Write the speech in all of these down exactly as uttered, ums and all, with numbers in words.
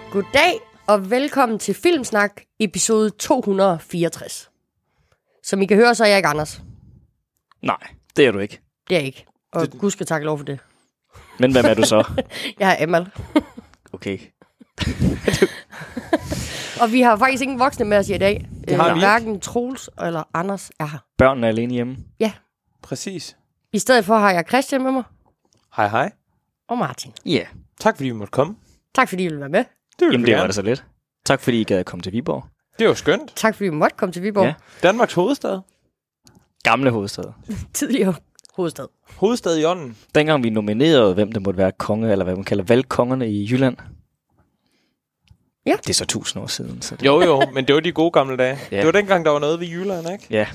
Goddag og velkommen til Filmsnak, episode to hundrede og fireogtres. Som I kan høre, så er jeg ikke Anders. Nej, det er du ikke. Det er jeg ikke. Og det... gud skal takke lov for det. Men hvem er du så? Jeg er Emal. Okay. Og vi har faktisk ingen voksne med os i dag. Det har vi hverken Troels eller Anders er her. Børnene er alene hjemme. Ja. Præcis. I stedet for har jeg Christian med mig. Hej hej. Og Martin. Ja. Yeah. Tak fordi I måtte komme. Tak fordi I ville være med. Det ville Jamen, vi det gerne. var det så lidt. Tak fordi I gad at komme til Viborg. Det var skønt. Tak fordi I måtte komme til Viborg. Ja. Danmarks hovedstad. Gamle hovedstad. Tidligere hovedstad. Hovedstad i ånden. Dengang vi nominerede, hvem der måtte være konge, eller hvad man kalder valgkongerne i Jylland. Ja. Det er så tusind år siden. Så det... Jo jo, men det var de gode gamle dage. Ja. Det var dengang, der var noget ved Jylland, ikke? Ja.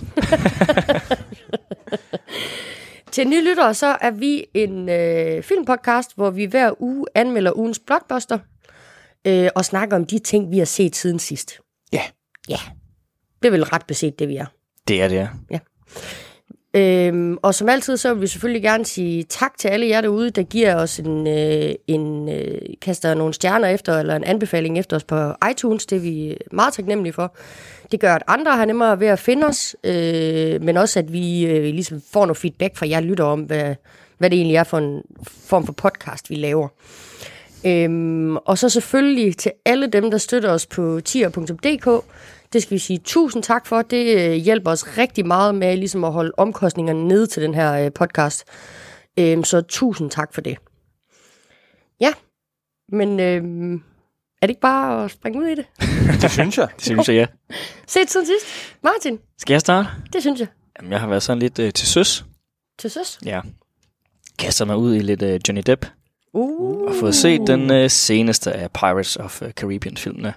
Til nye lyttere, så er vi en øh, filmpodcast, hvor vi hver uge anmelder ugens blockbuster øh, og snakker om de ting, vi har set siden sidst. Ja. Ja, det er vel ret beset, det vi er. Det er det, ja. Ja. Øhm, og som altid, så vil vi selvfølgelig gerne sige tak til alle jer derude, der giver os en, øh, en øh, kaster nogle stjerner efter, eller en anbefaling efter os på iTunes. Det er vi meget taknemmelige for. Det gør, at andre har nemmere ved at finde os, øh, men også, at vi øh, ligesom får noget feedback fra jer lytter om, hvad, hvad det egentlig er for en form for podcast, vi laver. Øhm, og så selvfølgelig til alle dem, der støtter os på tier punktum d k. Det skal vi sige tusind tak for. Det øh, hjælper os rigtig meget med ligesom at holde omkostningerne nede til den her øh, podcast. Øhm, så tusind tak for det. Ja, men øh, er det ikke bare at springe ud i det? Det synes jeg. Det synes jeg, ja. Set siden sidst. Martin? Skal jeg starte? Det synes jeg. Jamen, jeg har været sådan lidt øh, til søs. Til søs? Ja. Kaster mig ud i lidt øh, Johnny Depp. Uh. Og fået set den øh, seneste af Pirates of uh, Caribbean-filmene.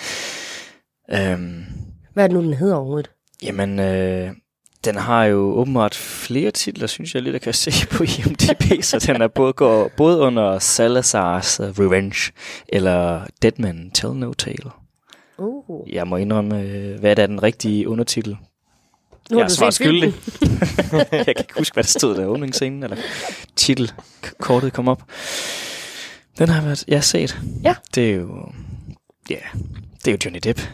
Um, Hvad er det nu, den hedder overhovedet? Jamen, øh, den har jo åbenbart flere titler, synes jeg lidt, jeg kan se på I M D B, så den er både, går både under Salazar's uh, Revenge, eller Dead Man Tell No Tale. Uh. Jeg må indrømme, øh, hvad er den rigtige undertitel? Nu har jeg er du svar set filmen. skyldig. Jeg kan ikke huske, hvad der stod der åbningsscenen, eller titelkortet kom op. Den har jeg været, jeg har set. Ja. Det er jo, ja, det er jo Johnny Depp.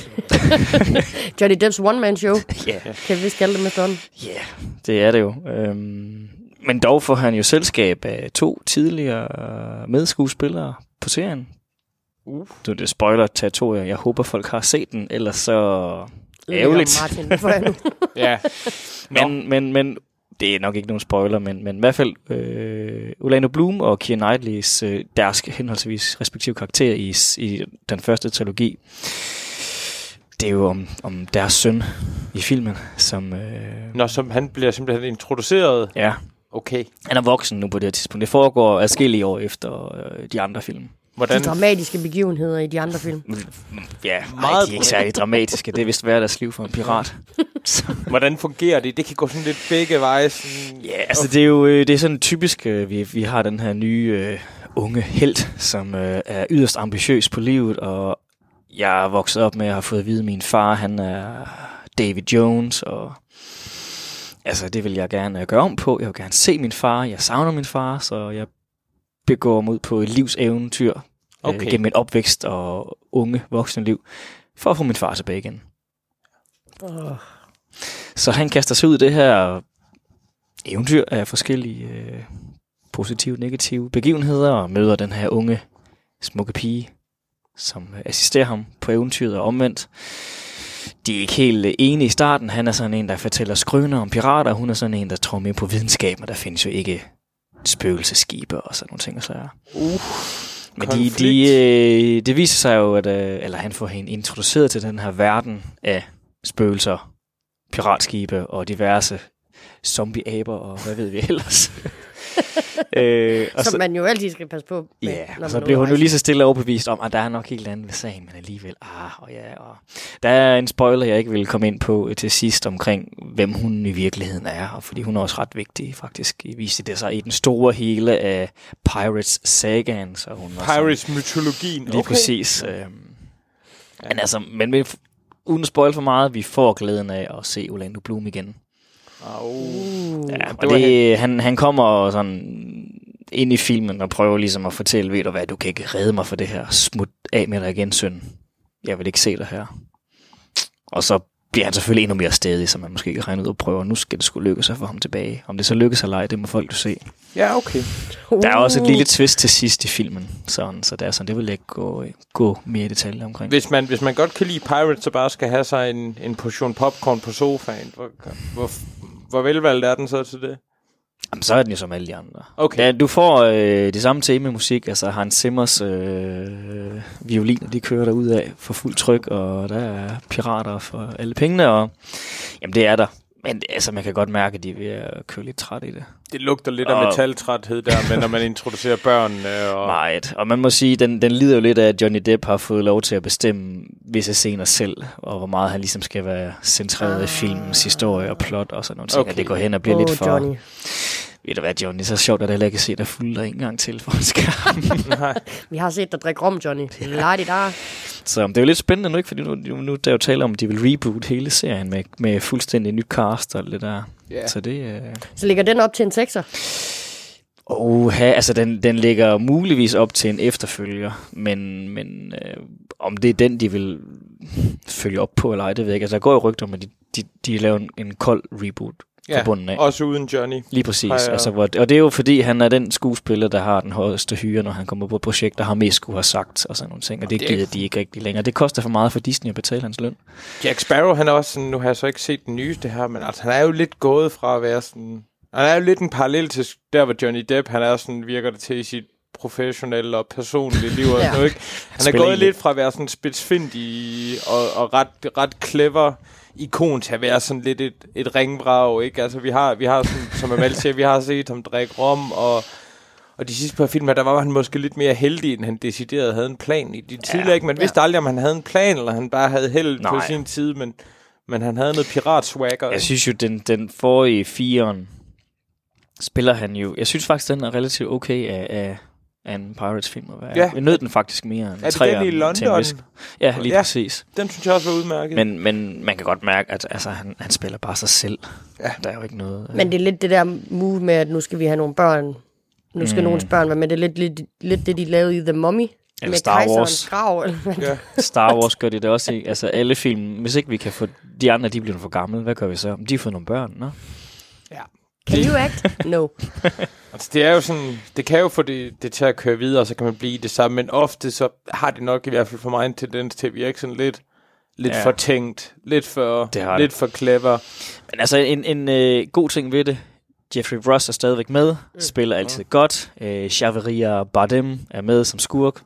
Johnny Depps one-man-show. Ja. Yeah. Kan vi vist kalde det med sådan? Ja, yeah, det er det jo. Øhm, men dog får han jo selskab af to tidligere medskuespillere på serien. Uh. Du, det spoiler territorier. Jeg håber, folk har set den, ellers så ærgerligt. Martin, det får jeg nu. Ja. Men, men, men det er nok ikke nogen spoiler, men, men i hvert fald øh, Orlando Bloom og Keira Knightleys øh, deres henholdsvis respektive karakter i, i den første trilogi. Det er jo om, om deres søn i filmen, som... Øh, Nå, som han bliver simpelthen introduceret. Ja. Okay. Han er voksen nu på det her tidspunkt. Det foregår adskillige år efter øh, de andre film. Hvordan? De dramatiske begivenheder i de andre film. Ja, nej, de er ikke særlig dramatiske. Det er vist hverdags liv for en pirat. Hvordan fungerer det? Det kan gå sådan lidt begge veje. Sådan... Ja, altså det er jo det er sådan typisk, øh, vi, vi har den her nye øh, unge helt, som øh, er yderst ambitiøs på livet, og jeg er vokset op med at have fået at vide, at min far, han er Davy Jones, og altså det vil jeg gerne gøre om på. Jeg vil gerne se min far, jeg savner min far, så jeg begår mig ud på et livseventyr okay. øh, gennem en opvækst og unge voksne liv, for at få min far tilbage igen. Uh. Så han kaster sig ud i det her eventyr af forskellige øh, positive og negative begivenheder, og møder den her unge, smukke pige, som assisterer ham på eventyret og omvendt. De er ikke helt enige i starten. Han er sådan en, der fortæller skrøner om pirater, og hun er sådan en, der tror mere på videnskab, og der findes jo ikke spøgelseskibe og sådan nogle ting. Så uh, Men de, de, øh, det viser sig jo, at øh, eller han får hende introduceret til den her verden af spøgelser, piratskibe og diverse zombie-aber og hvad ved vi ellers. øh, og Som så, man jo altid skal passe på med. Ja, og så bliver hun jo lige så stille overbevist om, at der er nok helt andet ved sagen, men alligevel, ah, og ja, og der er en spoiler, jeg ikke vil komme ind på til sidst omkring, hvem hun i virkeligheden er, og fordi hun er også ret vigtig, faktisk, viste det sig i den store hele af Pirates-sagaen, så hun Pirates-mytologien, lige okay. Præcis. Øh, ja. Men altså, men vi, uden at spoil for meget, vi får glæden af at se Orlando Bloom igen. Uh, ja, og det, han, han kommer sådan ind i filmen og prøver ligesom at fortælle, ved du hvad, du kan ikke redde mig for det her. Smut af med dig igen, søn. Jeg vil ikke se dig her. Og så bliver han selvfølgelig endnu mere stedig, som man måske ikke regner ud og prøver. Nu skal det sgu lykkes at få ham tilbage. Om det så lykkes eller ej, det må folk jo se. Ja, okay. Der er også et lille twist til sidst i filmen, sådan, så det er sådan, det vil jeg ikke gå, gå mere i detaljer omkring. Hvis man, hvis man godt kan lide Pirates, så bare skal have sig en, en portion popcorn på sofaen, hvor, hvor, hvor velvalgt er den så til det? Jamen, så er den jo som alle de andre. Okay. Ja, du får øh, det samme tema musik, altså Hans Zimmers øh, violiner, de kører der ud af for fuld tryk, og der er pirater for alle pengene, og jamen det er der. Men altså, man kan godt mærke, at de er ved at køre lidt træt i det. Det lugter lidt og af metaltræthed der, men når man introducerer børnene. Og meget. Og man må sige, den, den lider jo lidt af, at Johnny Depp har fået lov til at bestemme visse scener selv, og hvor meget han ligesom skal være centreret i filmens historie og plot og sådan nogle ting. Okay. At det går hen og bliver oh, lidt for... Johnny. Ved du hvad, Johnny, så sjovt, at jeg heller ikke se dig fuld en gang til for en skærm. Vi har set dig drikke rom, Johnny. Lad det der. Så det er jo lidt spændende nu, ikke? Fordi nu, nu der er jo tale om, at de vil reboot hele serien med, med fuldstændig nyt cast og det der. Yeah. Så det... Øh... Så ligger den op til en sekser? Oha, altså den, den ligger muligvis op til en efterfølger, men, men øh, om det er den, de vil følge op på eller ej, det ved jeg ikke. Altså der går jo rygter om, at de, de, de laver en, en kold reboot. Ja, også uden Johnny. Lige præcis. Hej, ja. Altså, hvor, og det er jo fordi, han er den skuespiller, der har den højeste hyre, når han kommer på et projekt, der har mest skulle have sagt, og sådan nogle ting. Og det, det gider de ikke rigtig længere. Det koster for meget for Disney at betale hans løn. Jack Sparrow, han er også sådan, nu har jeg så ikke set den nyeste her, men altså, han er jo lidt gået fra at være sådan... Han er jo lidt en parallel til der, hvor Johnny Depp, han er sådan, virker det til i sit professionelle og personlige liv. Og ja. Ikke? Han er gået lidt fra at være sådan spidsfindig og, og ret, ret clever ikon til at være sådan lidt et, et ringvrag, ikke? Altså, vi har, vi har sådan, som Amal siger, vi har set ham drikke rom, og, og de sidste par film, der var han måske lidt mere heldig, end han decideret havde en plan i de tidligere, ikke? Man vidste ja. aldrig, om han havde en plan, eller han bare havde held på sin side, men, men han havde noget piratswagger. Jeg synes jo, den, den forrige firen spiller han jo, jeg synes faktisk, den er relativt okay af, af en Pirates-film at være. Ja. Jeg nød den faktisk mere end tre. Er det den i London? Ja, lige ja, præcis. Den synes jeg også var udmærket. Men, men man kan godt mærke, at altså, han, han spiller bare sig selv. Ja. Der er jo ikke noget... Men det er lidt det der move med, at nu skal vi have nogle børn. Nu skal mm. nogens børn være med. Det er lidt, lidt, lidt det, de lavede i The Mummy. Eller med Star Wars. Grav, eller ja. Star Wars gør de det også i. Altså alle film. Hvis ikke vi kan få... De andre, de bliver for gamle. Hvad gør vi så? De har fået nogle børn, nå? Ja. Can you act? No. Altså, det er jo sådan, det kan jo få det, det til at køre videre, og så kan man blive det samme, men ofte så har det nok i hvert fald for mig en tendens til at virke sådan lidt, lidt ja. for tænkt, lidt for, lidt for clever. Men altså, en, en øh, god ting ved det, Jeffrey Ross er stadigvæk med, mm. spiller altid mm. godt, øh, Javier Bardem er med som skurk,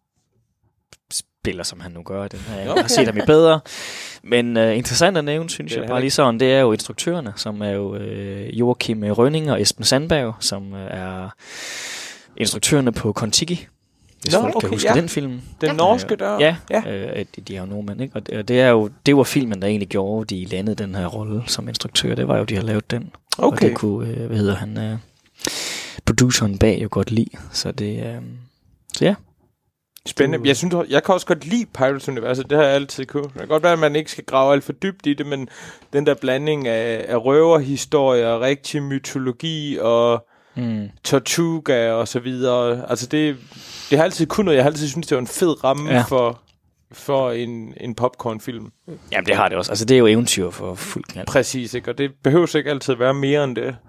spiller, som han nu gør. Den her. Jeg har set ham i bedre. Men uh, interessant at nævne, synes jeg, bare lige sådan, det er jo instruktørerne, som er jo uh, Joachim Rønning og Esben Sandberg, som uh, er instruktørerne på Kon-Tiki. Hvis Nå, folk okay, kan huske ja. den film. Den norske der. Ja, ja. Uh, de, de har jo nordmænd, ikke? Og det, det, er jo, det var filmen, der egentlig gjorde, de landede den her rolle som instruktør. Det var jo, de har lavet den. Okay. Og det kunne, uh, hvad hedder han, uh, produceren bag jo godt lide. Så det, uh, så ja. Spændende. Jeg synes, jeg kan også godt lide Pirates-universet. Det har jeg altid kunne. Det kan godt være, at man ikke skal grave alt for dybt i det, men den der blanding af, af røverhistorier, rigtig mytologi og mm. Tortuga og så videre. Altså det, det har altid kun noget. Jeg har altid synes det var en fed ramme ja. for, for en, en popcorn-film. Jamen det har det også. Altså det er jo eventyr for fuld knald. Præcis, ikke? Og det behøver ikke altid være mere end det.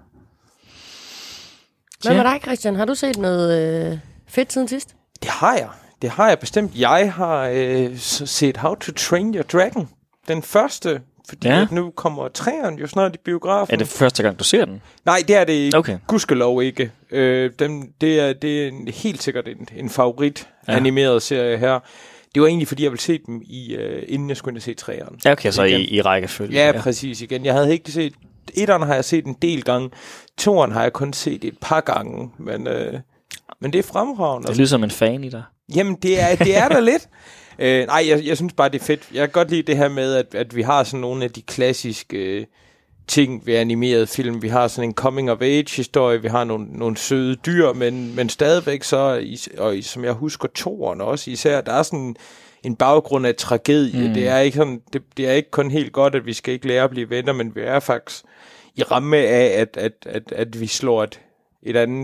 Hvad med dig, Christian? Har du set noget øh, fedt siden sidst? Det har jeg. Det har jeg bestemt. Jeg har øh, set How to Train Your Dragon. Den første, fordi ja. at nu kommer træeren jo snart i biografen. Er det første gang, du ser den? Nej, det er det ikke. Okay. Gudskelov ikke. Øh, den, det, er, det er en, helt sikkert en, en favorit ja. animeret serie her. Det var egentlig, fordi jeg ville se dem, i, øh, inden jeg skulle ind og se træeren. Ja, okay, så i, i rækkefølge. Ja, ja, præcis igen. Jeg havde ikke set... Etteren har jeg set en del gange. Toeren har jeg kun set et par gange. Men, øh, men det er fremragende. Det lyder som en fan i dig. Jamen, det er, det er der lidt. Øh, nej, jeg, jeg synes bare, det er fedt. Jeg kan godt lide det her med, at, at vi har sådan nogle af de klassiske øh, ting ved animerede film. Vi har sådan en coming-of-age-historie. Vi har nogle, nogle søde dyr, men, men stadigvæk så, og som jeg husker, toeren også især, der er sådan en baggrund af tragedie. Mm. Det, er ikke sådan, det, det er ikke kun helt godt, at vi skal ikke lære at blive venner, men vi er faktisk i ramme af, at, at, at, at vi slår et, et andet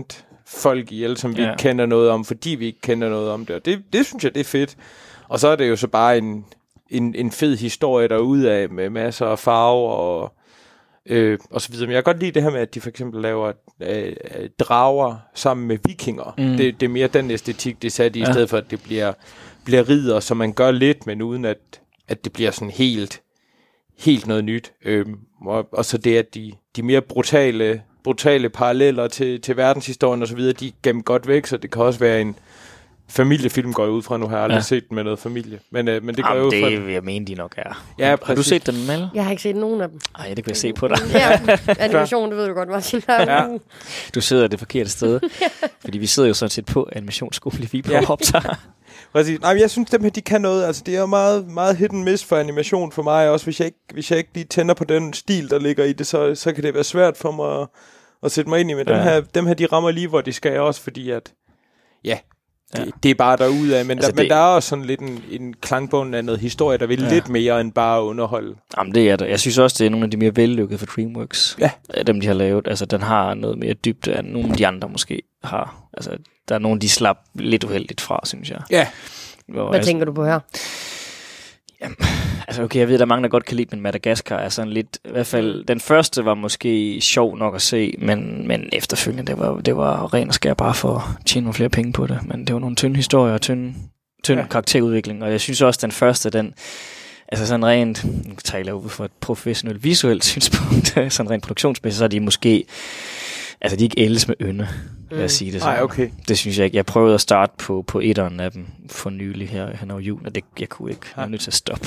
folk ihjel, som vi Ja. ikke kender noget om, fordi vi ikke kender noget om det. Og det, det synes jeg, det er fedt. Og så er det jo så bare en, en, en fed historie derude af, med masser af farver og, øh, og så videre. Men jeg kan godt lide det her med, at de for eksempel laver øh, drager sammen med vikinger. Mm. Det, det er mere den æstetik, det er sat i, ja. I stedet for, at det bliver, bliver ridder, som man gør lidt, men uden at, at det bliver sådan helt, helt noget nyt. Øhm, og, og så det, at de, de mere brutale, brutale paralleller til, til verdenshistorien og så videre, de er gemt godt væk, så det kan også være en familiefilm, går jeg ud fra. Nu har jeg aldrig ja. set den med noget familie. Men, øh, men det går Jamen, jeg ud fra. det vil jeg mene, de nok er. Ja, har du set den, Mel? Jeg har ikke set nogen af dem. Nej, det kan jeg se på dig. Ja, animation, det ved du godt, Martin. Ja. Du sidder det forkerte sted. Fordi vi sidder jo sådan set på animationsskole i Viborg Ja. og optager. Præcis. Nej, men jeg synes, dem her, de kan noget. Altså, det er jo meget, meget hit and miss for animation for mig. Også hvis jeg ikke, hvis jeg ikke lige tænder på den stil, der ligger i det, så, så kan det være svært for mig at, at sætte mig ind i. Men ja. dem, her, dem her, de rammer lige, hvor de skal også, fordi at, ja, det, ja. det er bare derudad. Men, altså der, det... men der er også sådan lidt en, en klangbund af noget historie, der vil ja. lidt mere end bare underholde. Jamen, det er det. Jeg synes også, det er nogle af de mere vellykkede for DreamWorks. Ja. Dem, de har lavet. Altså, den har noget mere dybde, end nogle af de andre måske har. Altså, der er nogle, de slap lidt uheldigt fra, synes jeg. Ja. Hvor, Hvad altså, tænker du på her? Jamen, altså okay, jeg ved, der er mange, der godt kan lide, men Madagascar er sådan lidt, i hvert fald, den første var måske sjov nok at se, men, men efterfølgende, det var, det var ren og skær bare for at tjene nogle flere penge på det, men det var nogle tynde historier og tynde, tynd ja. karakterudvikling, og jeg synes også, den første, den, altså sådan rent, nu taler jeg ud for et professionelt visuelt synspunkt, sådan rent produktionsmæssigt, så er de måske, altså de er ikke ældes med ynde, vil jeg sige det sådan. Ej, okay. Det synes jeg ikke. Jeg prøvede at starte på, på etteren af dem for nylig her hen over jul, og det, jeg kunne ikke. Jeg er nødt til at stoppe.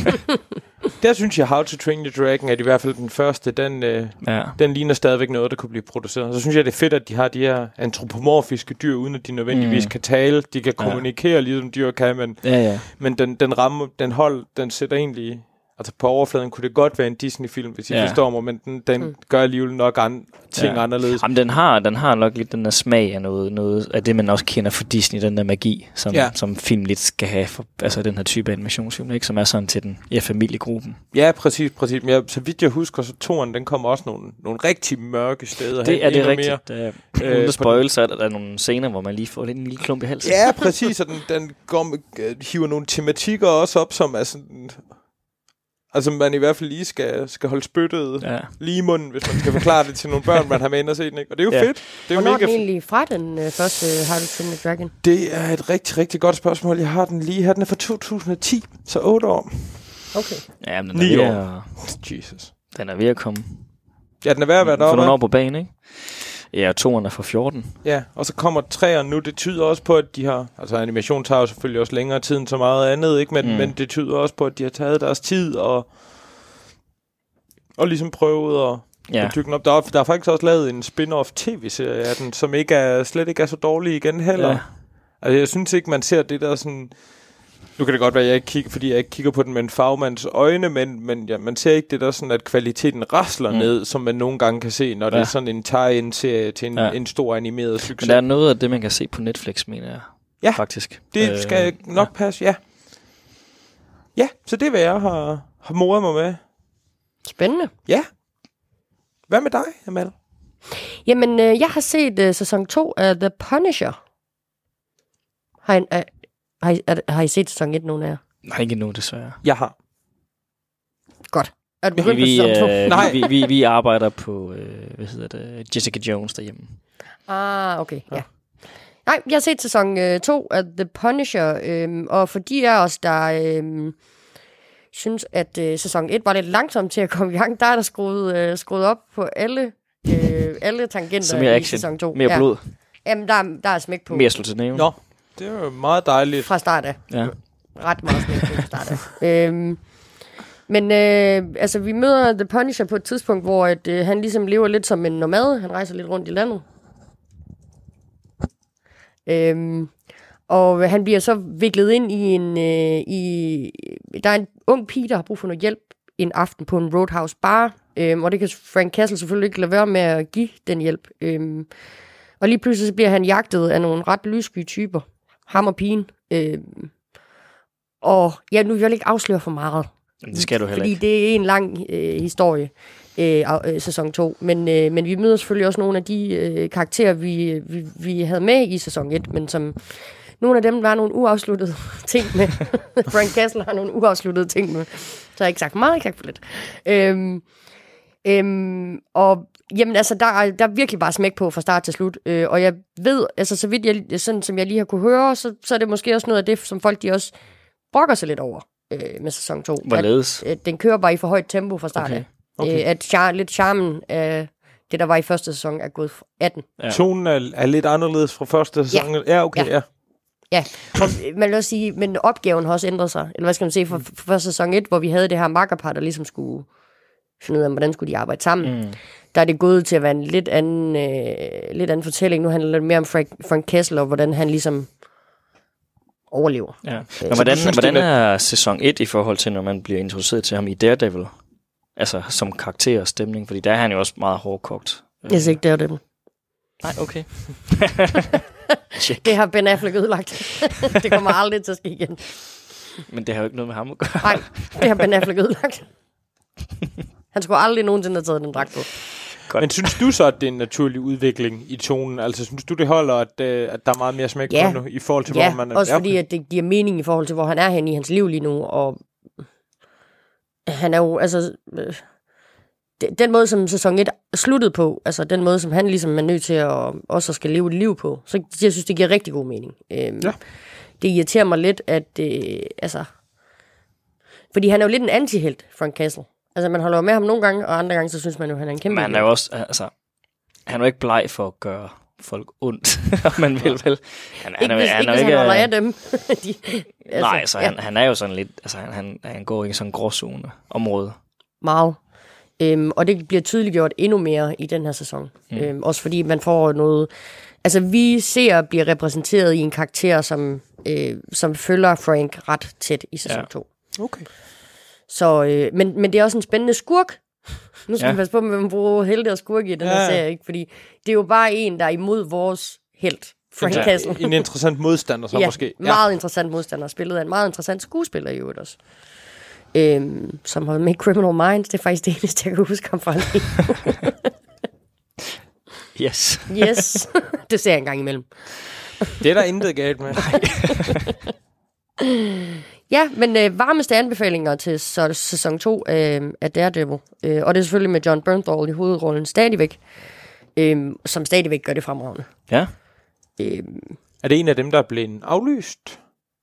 Der synes jeg, How to Train Your Dragon, at i hvert fald den første, den, øh, ja. den ligner stadigvæk noget, der kunne blive produceret. Så synes jeg, det er fedt, at de har de her antropomorfiske dyr, uden at de nødvendigvis mm. kan tale. De kan kommunikere, ja. ligesom dyr kan, men, ja, ja. men den, den ramme, den hold, den sætter egentlig... Altså på overfladen kunne det godt være en Disney-film, hvis I ja. forstår mig, men den, den mm. gør alligevel nok an- ting ja. anderledes. Jamen, den har, den har nok lidt den der smag af noget, noget af det, man også kender for Disney, den der magi, som, ja. som film lidt skal have, for, altså den her type animationsfilm, ikke? Som er sådan til den ja, familiegruppen. Ja, præcis, præcis. Men jeg, så vidt jeg husker, så toren, den kommer også nogle, nogle rigtig mørke steder. Det er det rigtigt. Mere, der er, øh, uden at spoil, så er der, der er nogle scener, hvor man lige får lidt en lille klump i halsen. Ja, præcis, og den, den går med, øh, hiver nogle tematikker også op, som er sådan... Altså, man i hvert fald lige skal, skal holde spyttet ja. lige i munden, hvis man skal forklare det til nogle børn, man har med ind og set den, ikke? Og det er jo ja. fedt. Det er jo Hvornår mega er den egentlig fra, den øh, første How to Train Your Dragon? Det er et rigtig, rigtig godt spørgsmål. Jeg har den lige her. Den er fra to tusind og ti, så otte år. Okay. Ja, men den er ved år. At, Jesus. Den er ved at komme. Ja, den er ved at være deroppe. For nogle år på banen, ikke? Ja, og toeren er fra fjorten. Ja, og så kommer træerne nu. Det tyder også på, at de har... Altså, animation tager jo selvfølgelig også længere tid end så meget andet, ikke? Men, mm. men det tyder også på, at de har taget deres tid og... Og ligesom prøvet at... Ja. At tykke den op. Der er, der er faktisk også lavet en spin-off tv-serie af den, som ikke er, slet ikke er så dårlig igen heller. Ja. Altså, jeg synes ikke, man ser det der sådan... Nu kan det godt være, at jeg ikke kigger, fordi jeg ikke kigger på den med en fagmands øjne, men, men ja, man ser ikke det der sådan, at kvaliteten rasler mm. ned, som man nogle gange kan se, når ja. det er sådan en tie-in-serie til en, ja. en stor animeret succes. Men der er noget af det, man kan se på Netflix, mener jeg. Ja, faktisk. det skal øh, nok ja. passe, ja. Ja, så det er, hvad jeg har, har moret mig med. Spændende. Ja. Hvad med dig, Amal? Jamen, øh, jeg har set øh, sæson to af The Punisher. Har I, øh, har I, er, har I set sæson et, nogen af jer? Nej, ikke endnu, desværre. Jeg har. Godt. Er du begyndt vi, på sæson to? Øh, Nej. Vi, vi, vi arbejder på, øh, hvad hedder det, Jessica Jones derhjemme. Ah, okay, ja. ja. Nej, jeg har set sæson øh, to af The Punisher, øh, og for de af os, der øh, synes, at øh, sæson et var lidt langsom til at komme i gang, der er der skruet, øh, skruet op på alle, øh, alle tangenter i sæson to. Mere blod. Ja. Jamen, der, der er smæk på. Mere slå til næven. Nå, det er jo meget dejligt. Fra start af. Ja. Ret meget smæk på fra start af. øhm, men øh, altså, vi møder The Punisher på et tidspunkt, hvor at, øh, han ligesom lever lidt som en nomade. Han rejser lidt rundt i landet. Øhm, og han bliver så viklet ind i en... Øh, i, der er en ung pige, der har brug for noget hjælp en aften på en Roadhouse bar. Øhm, og det kan Frank Castle selvfølgelig ikke lade være med at give den hjælp. Øhm, og lige pludselig så bliver han jagtet af nogle ret lyssky typer. Ham og pigen. Øhm, og ja, nu vil jeg ikke afsløre for meget. Det skal du heller fordi ikke. det er en lang øh, historie, øh, øh, sæson to. Men, øh, men vi møder selvfølgelig også nogle af de øh, karakterer, vi, vi, vi havde med i sæson et, men som nogle af dem var nogle uafsluttede ting med. Frank Castle har nogle uafsluttede ting med. Så jeg har ikke sagt for meget, ikke sagt for lidt. Øhm, øhm, og jamen altså, der er, der er virkelig bare smæk på fra start til slut. Øh, og jeg ved, altså så vidt jeg, sådan som jeg lige har kunne høre, så, så er det måske også noget af det, som folk de også brokker sig lidt over øh, med sæson to. Hvorledes? At, at den kører bare i for højt tempo fra start af. Okay. Okay. Øh, at char- lidt charmen af det, der var i første sæson, er gået atten. Ja. Tonen er, er lidt anderledes fra første sæson. Ja, ja okay, ja. ja. Ja, og man vil også sige, men opgaven har også ændret sig. Eller hvad skal man sige, fra, fra sæson et, hvor vi havde det her makkerpar, der ligesom skulle finde ud af, hvordan skulle de arbejde sammen. Mm. Der er det gået til at være en lidt anden, øh, lidt anden fortælling. Nu handler det mere om Frank, Frank Castle, og hvordan han ligesom overlever. Ja. Men hvordan, synes, hvordan er sæson et i forhold til, når man bliver introduceret til ham i Daredevil? Altså som karakter og stemning, fordi der er han jo også meget hårdkogt. Jeg siger ikke Daredevil. Nej, okay. Det har Ben Affleck ødelagt. Det kommer aldrig til at ske igen. Men det har jo ikke noget med ham at gøre. Nej, det har Ben Affleck ødelagt. Han skulle aldrig nogensinde have taget den dragt på. Godt. Men synes du så, at det er en naturlig udvikling i tonen? Altså synes du, det holder, at, at der er meget mere smæk ja. på nu, i forhold til, ja, hvor man er? også fordi, at det giver mening i forhold til, hvor han er henne i hans liv lige nu. Og han er jo, altså... Øh, den måde, som sæson et sluttede på, altså den måde, som han ligesom er nødt til at også skal leve et liv på, så jeg synes, det giver rigtig god mening. Øhm, ja. Det irriterer mig lidt, at øh, altså... Fordi han er jo lidt en antihelt, Frank Castle. Altså, man holder jo med ham nogle gange, og andre gange, så synes man jo, at han er en kæmpe... Men han er jo også, altså... Han er jo ikke bleg for at gøre folk ondt, om man vil vel. Han, ikke han, hvis, han, ikke, han, hvis ikke, han holder af dem. De, altså, nej, altså, ja. han, han er jo sådan lidt... Altså, han, han, han går i sådan en gråzone område. Meget. Øhm, og det bliver tydeligt gjort endnu mere i den her sæson. Mm. Øhm, også fordi man får noget... Altså, vi ser bliver repræsenteret i en karakter, som, øh, som følger Frank ret tæt i sæson to. Ja. Okay. Så, øh, men, men det er også en spændende skurk. Nu skal ja. vi passe på, at man bruger helte og skurk i den her ja. serie, ikke? Fordi det er jo bare en, der er imod vores helt, Frank ja. Castle. En interessant modstander, så ja, måske. Ja, meget interessant modstander. Spillet af en meget interessant skuespiller i øvrigt også. Øhm, som har med Criminal Minds. Det er faktisk det eneste, jeg kan huske ham fra. Yes. Yes. Det ser jeg en gang imellem. Det er der intet galt med. Ja, men øh, varmeste anbefalinger til så, sæson to øh, af Daredevil. Øh, og det er selvfølgelig med John Bernthal i hovedrollen stadigvæk. Øh, som stadigvæk gør det fremragende. Ja. Øh, er det en af dem, der er blevet aflyst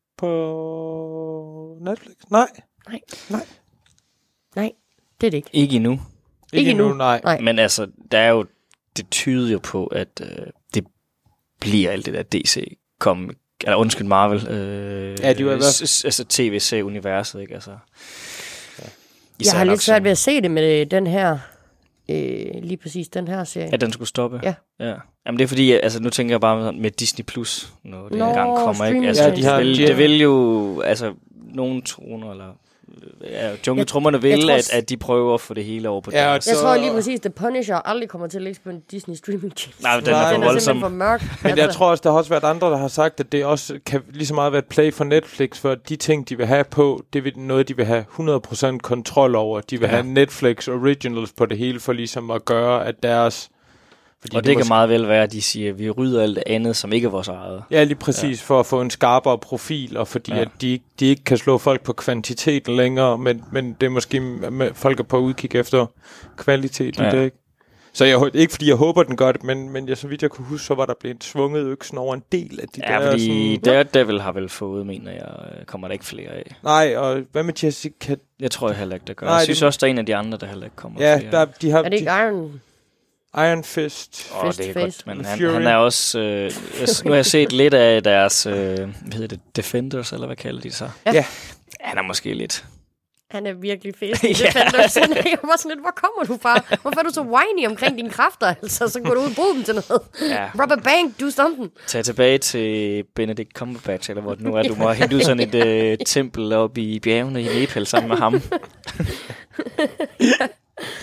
på Netflix? Nej. Nej. Nej. Nej, det er det ikke. Ikke endnu. Ikke, ikke endnu, nej. nej. Men altså, der er jo, det tyder jo på, at øh, det bliver alt det der D C kom, eller undskyld Marvel, øh, ja, de var s- altså T V C-universet, ikke? Altså, ja. Jeg har lidt svært ved at se det med den her, øh, lige præcis den her serie. At den skulle stoppe? Ja. Ja. Jamen det er fordi, altså nu tænker jeg bare med Disney Plus, når det Nå, engang kommer, ikke? Altså, ja, de har, det, vil, de det vil jo, altså, nogen troner, eller ja, jungletrummerne vil, tror, at, at de prøver at få det hele over på ja, deres. Jeg tror lige præcis, The Punisher aldrig kommer til at ligge på en Disney streaming channel. Nej, den er for den voldsom. er for mørk. Men jeg tror også, der har også været andre, der har sagt, at det også kan lige så meget være et play for Netflix, for de ting, de vil have på, det er noget, de vil have hundrede procent kontrol over. De vil ja. have Netflix Originals på det hele, for ligesom at gøre, at deres... Fordi og det, det kan måske... meget vel være, at de siger, at vi rydder alt det andet, som ikke er vores eget. Ja, lige præcis, ja. For at få en skarpere profil, og fordi ja. at de, de ikke kan slå folk på kvantiteten længere, men, men det er måske, med, folk er på udkig efter kvalitet ja. i det, ikke? Så jeg, ikke fordi jeg håber, den gør det, men, men jeg, så vidt jeg kunne huske, så var der blevet svunget øksen over en del af de ja, der... Ja, fordi sådan, Daredevil har vel fået, mener jeg, kommer der ikke flere af. Nej, og hvad med Jessica? Jeg tror jeg heller ikke, der gør. Nej, jeg synes det... også, der er en af de andre, der heller ikke kommer ja, flere. Der, de har, er det ikke de... Iron... Iron Fist. Åh, oh, det er godt, men han, han er også... Øh, jeg, nu har jeg set lidt af deres... Øh, hvad hedder det? Defenders, eller hvad kalder de så? Ja. ja. Han er måske lidt... Han er virkelig fedt. Ja. Defenders. Jeg var sådan lidt, hvor kommer du fra? Hvorfor er du så whiny omkring dine kræfter? Altså, så går du ud og bruger dem til noget. Ja. Rubber bank, do something. Tag tilbage til Benedict Cumberbatch, eller hvor det nu er. Du må hente ud sådan et øh, tempel op i bjergene i Nepal sammen med ham. Ja.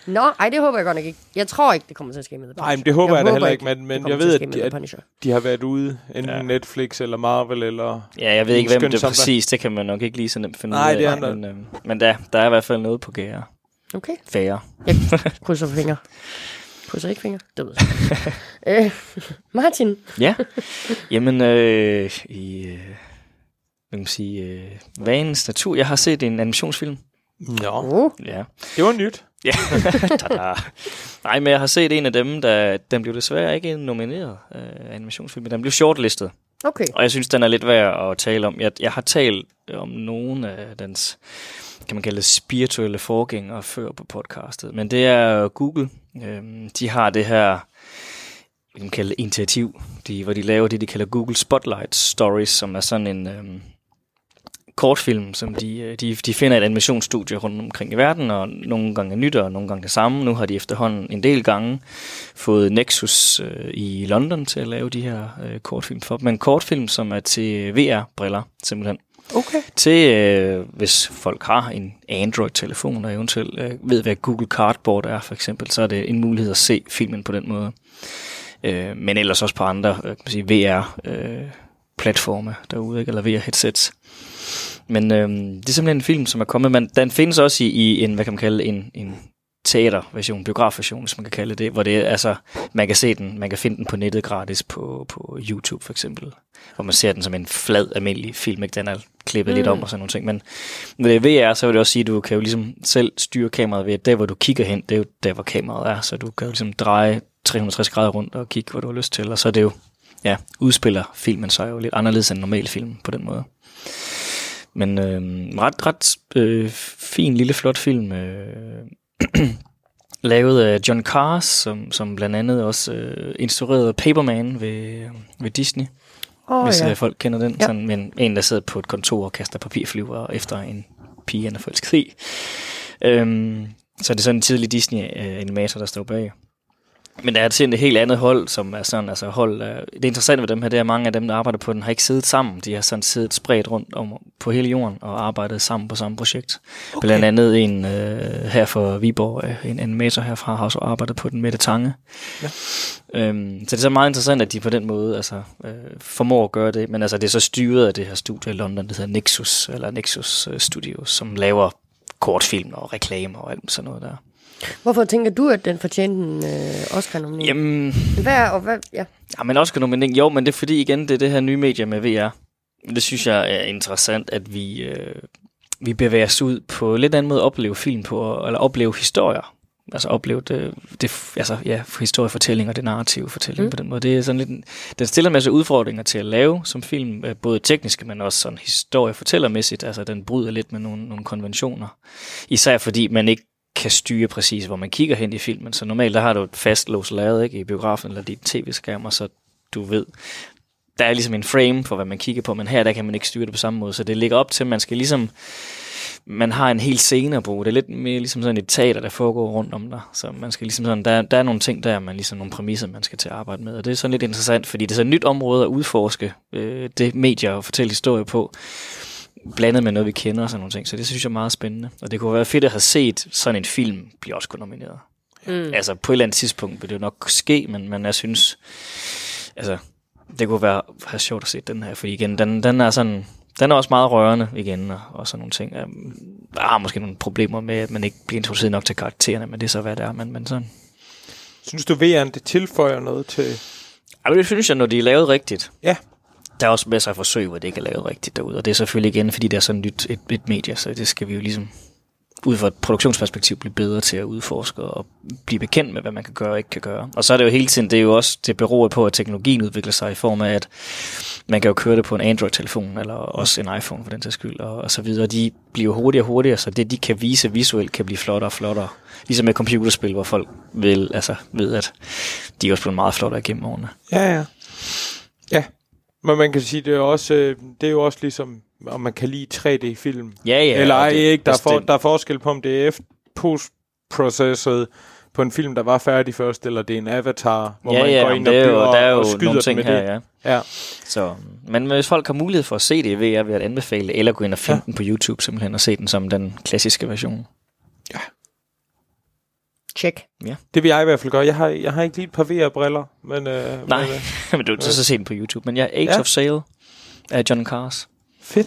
Nå, ej, det håber jeg godt nok ikke. Jeg tror ikke, det kommer til at ske med The Punisher. Nej, men det håber jeg, jeg da heller ikke, ikke, men, men jeg ved, at de, at de har været ude, enten ja. Netflix eller Marvel, eller... Ja, jeg ved ikke, hvem det er præcis, det kan man nok ikke lige så nemt finde ud af. Nej, det er men, øh, men der, der er i hvert fald noget på gære. Okay. Færre. Jeg krydser fingre. Krydser ikke fingre? Det ved jeg. øh, Martin? Ja, jamen øh, i... Øh, hvad kan man sige... Øh, vanens natur. Jeg har set en animationsfilm. Nå, Oh. Ja. det var nyt. Ja, tada. Nej, men jeg har set en af dem, der den blev desværre ikke nomineret øh, animationsfilm, men den blev shortlistet. Okay. Og jeg synes, den er lidt værd at tale om. Jeg, jeg har talt om nogle af dens, kan man kalde det, spirituelle forgængere før på podcastet. Men det er Google. Øhm, de har det her, kan man kalde det, initiativ, de, hvor de laver det, de kalder Google Spotlight Stories, som er sådan en... Øhm, kortfilm, som de, de, de finder et animationsstudie rundt omkring i verden, og nogle gange er nyt, og nogle gange det samme. Nu har de efterhånden en del gange fået Nexus øh, i London til at lave de her øh, kortfilm for dem. Men kortfilm, som er til V R-briller, simpelthen. Okay. Til, øh, hvis folk har en Android-telefon, og eventuelt øh, ved, hvad Google Cardboard er, for eksempel, så er det en mulighed at se filmen på den måde. Øh, men ellers også på andre øh, kan man sige, V R-platforme øh, derude, ikke? Eller V R-headsets. Men øhm, det er simpelthen en film, som er kommet. Men den findes også i, i en, hvad kan man kalde, en, en teaterversion, biografversion, hvis man kan kalde det, hvor det er, altså, man kan se den, man kan finde den på nettet gratis på, på YouTube for eksempel, hvor man ser den som en flad, almindelig film, ikke? Den er klippet mm. lidt om og sådan nogle ting. Men når det er V R, så vil det også sige, at du kan jo ligesom selv styre kameraet ved, at der, hvor du kigger hen, det er jo der, hvor kameraet er, så du kan jo ligesom dreje tre hundrede og tres grader rundt og kigge, hvor du har lyst til, og så er det jo, ja, udspiller filmen sig jo lidt anderledes end en normal film på den måde. Men øh, ret, ret øh, fin, lille, flot film, øh, lavet af John Carr, som, som blandt andet også øh, instruerede Paperman ved, ved Disney, oh, hvis ja. øh, folk kender den. Ja. Sådan, men en, der sidder på et kontor og kaster papirflyver efter en pige, han er forelsket i. Øhm, så det er sådan en tidlig Disney-animator, der står bag. Men der er et helt andet hold, som er sådan, altså hold, det interessante ved dem her, det er, at mange af dem, der arbejder på den, har ikke siddet sammen. De har sådan siddet spredt rundt om på hele jorden og arbejdet sammen på samme projekt. Okay. Blandt andet en øh, her fra Viborg, en animator herfra, har også arbejdet på den, Mette Tange. Ja. Øhm, så det er så meget interessant, at de på den måde altså, øh, formår at gøre det. Men altså, det er så styret af det her studie i London, det hedder Nexus, eller Nexus Studios, som laver kortfilm og reklamer og alt sådan noget der. Hvorfor tænker du, at den fortjente en øh, Oscar-nominering? Jamen... Hvad er, og hvad, ja. Ja, men Oscar-nominering, jo, men det er fordi, igen, det er det her nye medie med V R. Det synes jeg er interessant, at vi, øh, vi bevæger os ud på lidt anden måde at opleve film på, eller opleve historier. Altså opleve det, det altså, ja, historiefortællinger, det narrative fortælling mm. på den måde. Det er sådan lidt, den stiller en masse udfordringer til at lave som film, både tekniske, men også sådan historiefortællermæssigt. Altså den bryder lidt med nogle, nogle konventioner. Især fordi man ikke kan styre præcis, hvor man kigger hen i filmen. Så normalt, der har du et fastlås lavet, ikke, i biografen eller dit tv-skærm, og så du ved, der er ligesom en frame for, hvad man kigger på, men her, der kan man ikke styre det på samme måde. Så det ligger op til, at man skal ligesom, man har en hel scene at bruge. Det er lidt mere ligesom sådan et teater, der foregår rundt om dig. Så man skal ligesom sådan, der, der er nogle ting der, man ligesom nogle præmisser, man skal til at arbejde med. Og det er sådan lidt interessant, fordi det er sådan et nyt område at udforske øh, det medier og fortælle historie på, blandet med noget, vi kender og sådan nogle ting. Så det synes jeg er meget spændende. Og det kunne være fedt at have set sådan en film blive også nomineret. Mm. Altså på et eller andet tidspunkt vil det jo nok ske, men, men jeg synes, altså det kunne være have sjovt at se den her, fordi igen, den, den er sådan, den er også meget rørende igen, og, og sådan nogle ting. Der har måske nogle problemer med, at man ikke bliver introduceret nok til karaktererne, men det er så, hvad det er, men, men sådan. Synes du, V R'en det tilføjer noget til... Ja, det synes jeg, når de er lavet rigtigt. Ja. Der er også masser af forsøg, hvor det ikke er lavet rigtigt derude, og det er selvfølgelig igen, fordi det er sådan nyt et, et medie, så det skal vi jo ligesom ud fra et produktionsperspektiv blive bedre til at udforske og blive bekendt med, hvad man kan gøre og ikke kan gøre. Og så er det jo hele tiden, det er jo også, det beror på, at teknologien udvikler sig i form af, at man kan jo køre det på en Android-telefon, eller også en iPhone for den sags skyld, og, og så videre. De bliver hurtigere og hurtigere, så det, de kan vise visuelt, kan blive flottere og flottere. Ligesom med computerspil, hvor folk vil, altså, ved, at de er også blevet meget flottere igennem årene. Ja, ja. Ja, men man kan sige, det er, også, det er jo også ligesom, om man kan lide tre D-film. Ja, ja. Eller ej, ikke. Der er, for, der er forskel på, om det er post-processet på en film, der var færdig først, eller det er en avatar, hvor ja, man ja, går ind og bygger og, der er jo og skyder ting med her, det. Ja. Ja. Så, men hvis folk har mulighed for at se det i V R, vil jeg anbefale det, eller gå ind og finde ja. den på YouTube simpelthen, og se den som den klassiske version. Ja. Check. Ja. Det vil jeg i hvert fald gøre. Jeg har, jeg har ikke lige et par V R-briller, men... Øh, Nej, men, øh, men du kan så se den på YouTube. Men ja, Age Ja. of Sail af John Cars. fedt.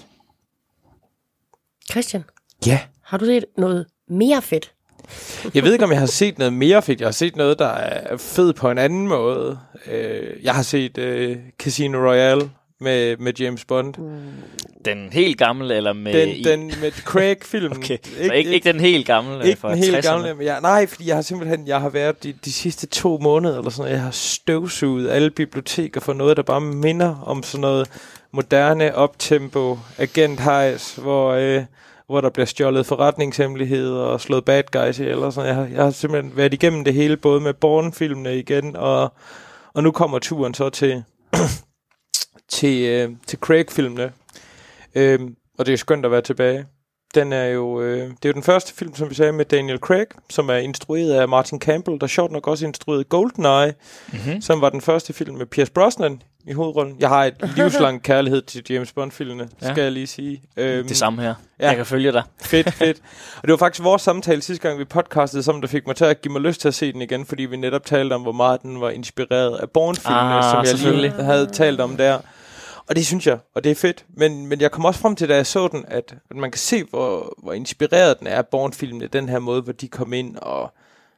Christian, Ja. har du set noget mere fedt? Jeg ved ikke, om jeg har set noget mere fedt. Jeg har set noget, der er fed på en anden måde. Øh, jeg har set øh, Casino Royale med, med James Bond. Den helt gamle, eller med... Den, i- den med Craig-filmen. Okay, så ikke, ikke, ikke den helt gamle Ikke fra den helt tresserne. gamle, men jeg, nej, fordi jeg har simpelthen, jeg har været de, de sidste to måneder, eller sådan noget, jeg har støvsuget alle biblioteker for noget, der bare minder om sådan noget moderne optempo agent hejs, hvor, øh, hvor der bliver stjålet forretningshemmeligheder og slået bad guys ihjel og sådan. Jeg har, jeg har simpelthen været igennem det hele, både med Bourne-filmene igen, og, og nu kommer turen så til, til, øh, til Craig-filmene. Øhm, og det er skønt at være tilbage. Den er jo, øh, det er jo den første film, som vi sagde, med Daniel Craig, som er instrueret af Martin Campbell, der sjovt nok også instruerede GoldenEye, Mm-hmm. som var den første film med Pierce Brosnan i hovedrollen. Jeg har et livslang kærlighed til James Bond-filmene, Ja. skal jeg lige sige. Øhm, Det samme her. Ja. Jeg kan følge dig. Fedt, fedt. Og det var faktisk vores samtale sidste gang, vi podcastede, som der fik mig til at give mig lyst til at se den igen, fordi vi netop talte om, hvor meget den var inspireret af Bourne-filmene, Ah, som jeg lige selvfølgelig. havde talt om der. Og det synes jeg, og det er fedt. Men, men jeg kom også frem til, da jeg så den, at, at man kan se, hvor, hvor inspireret den er af Bourne-filmene, den her måde, hvor de kom ind og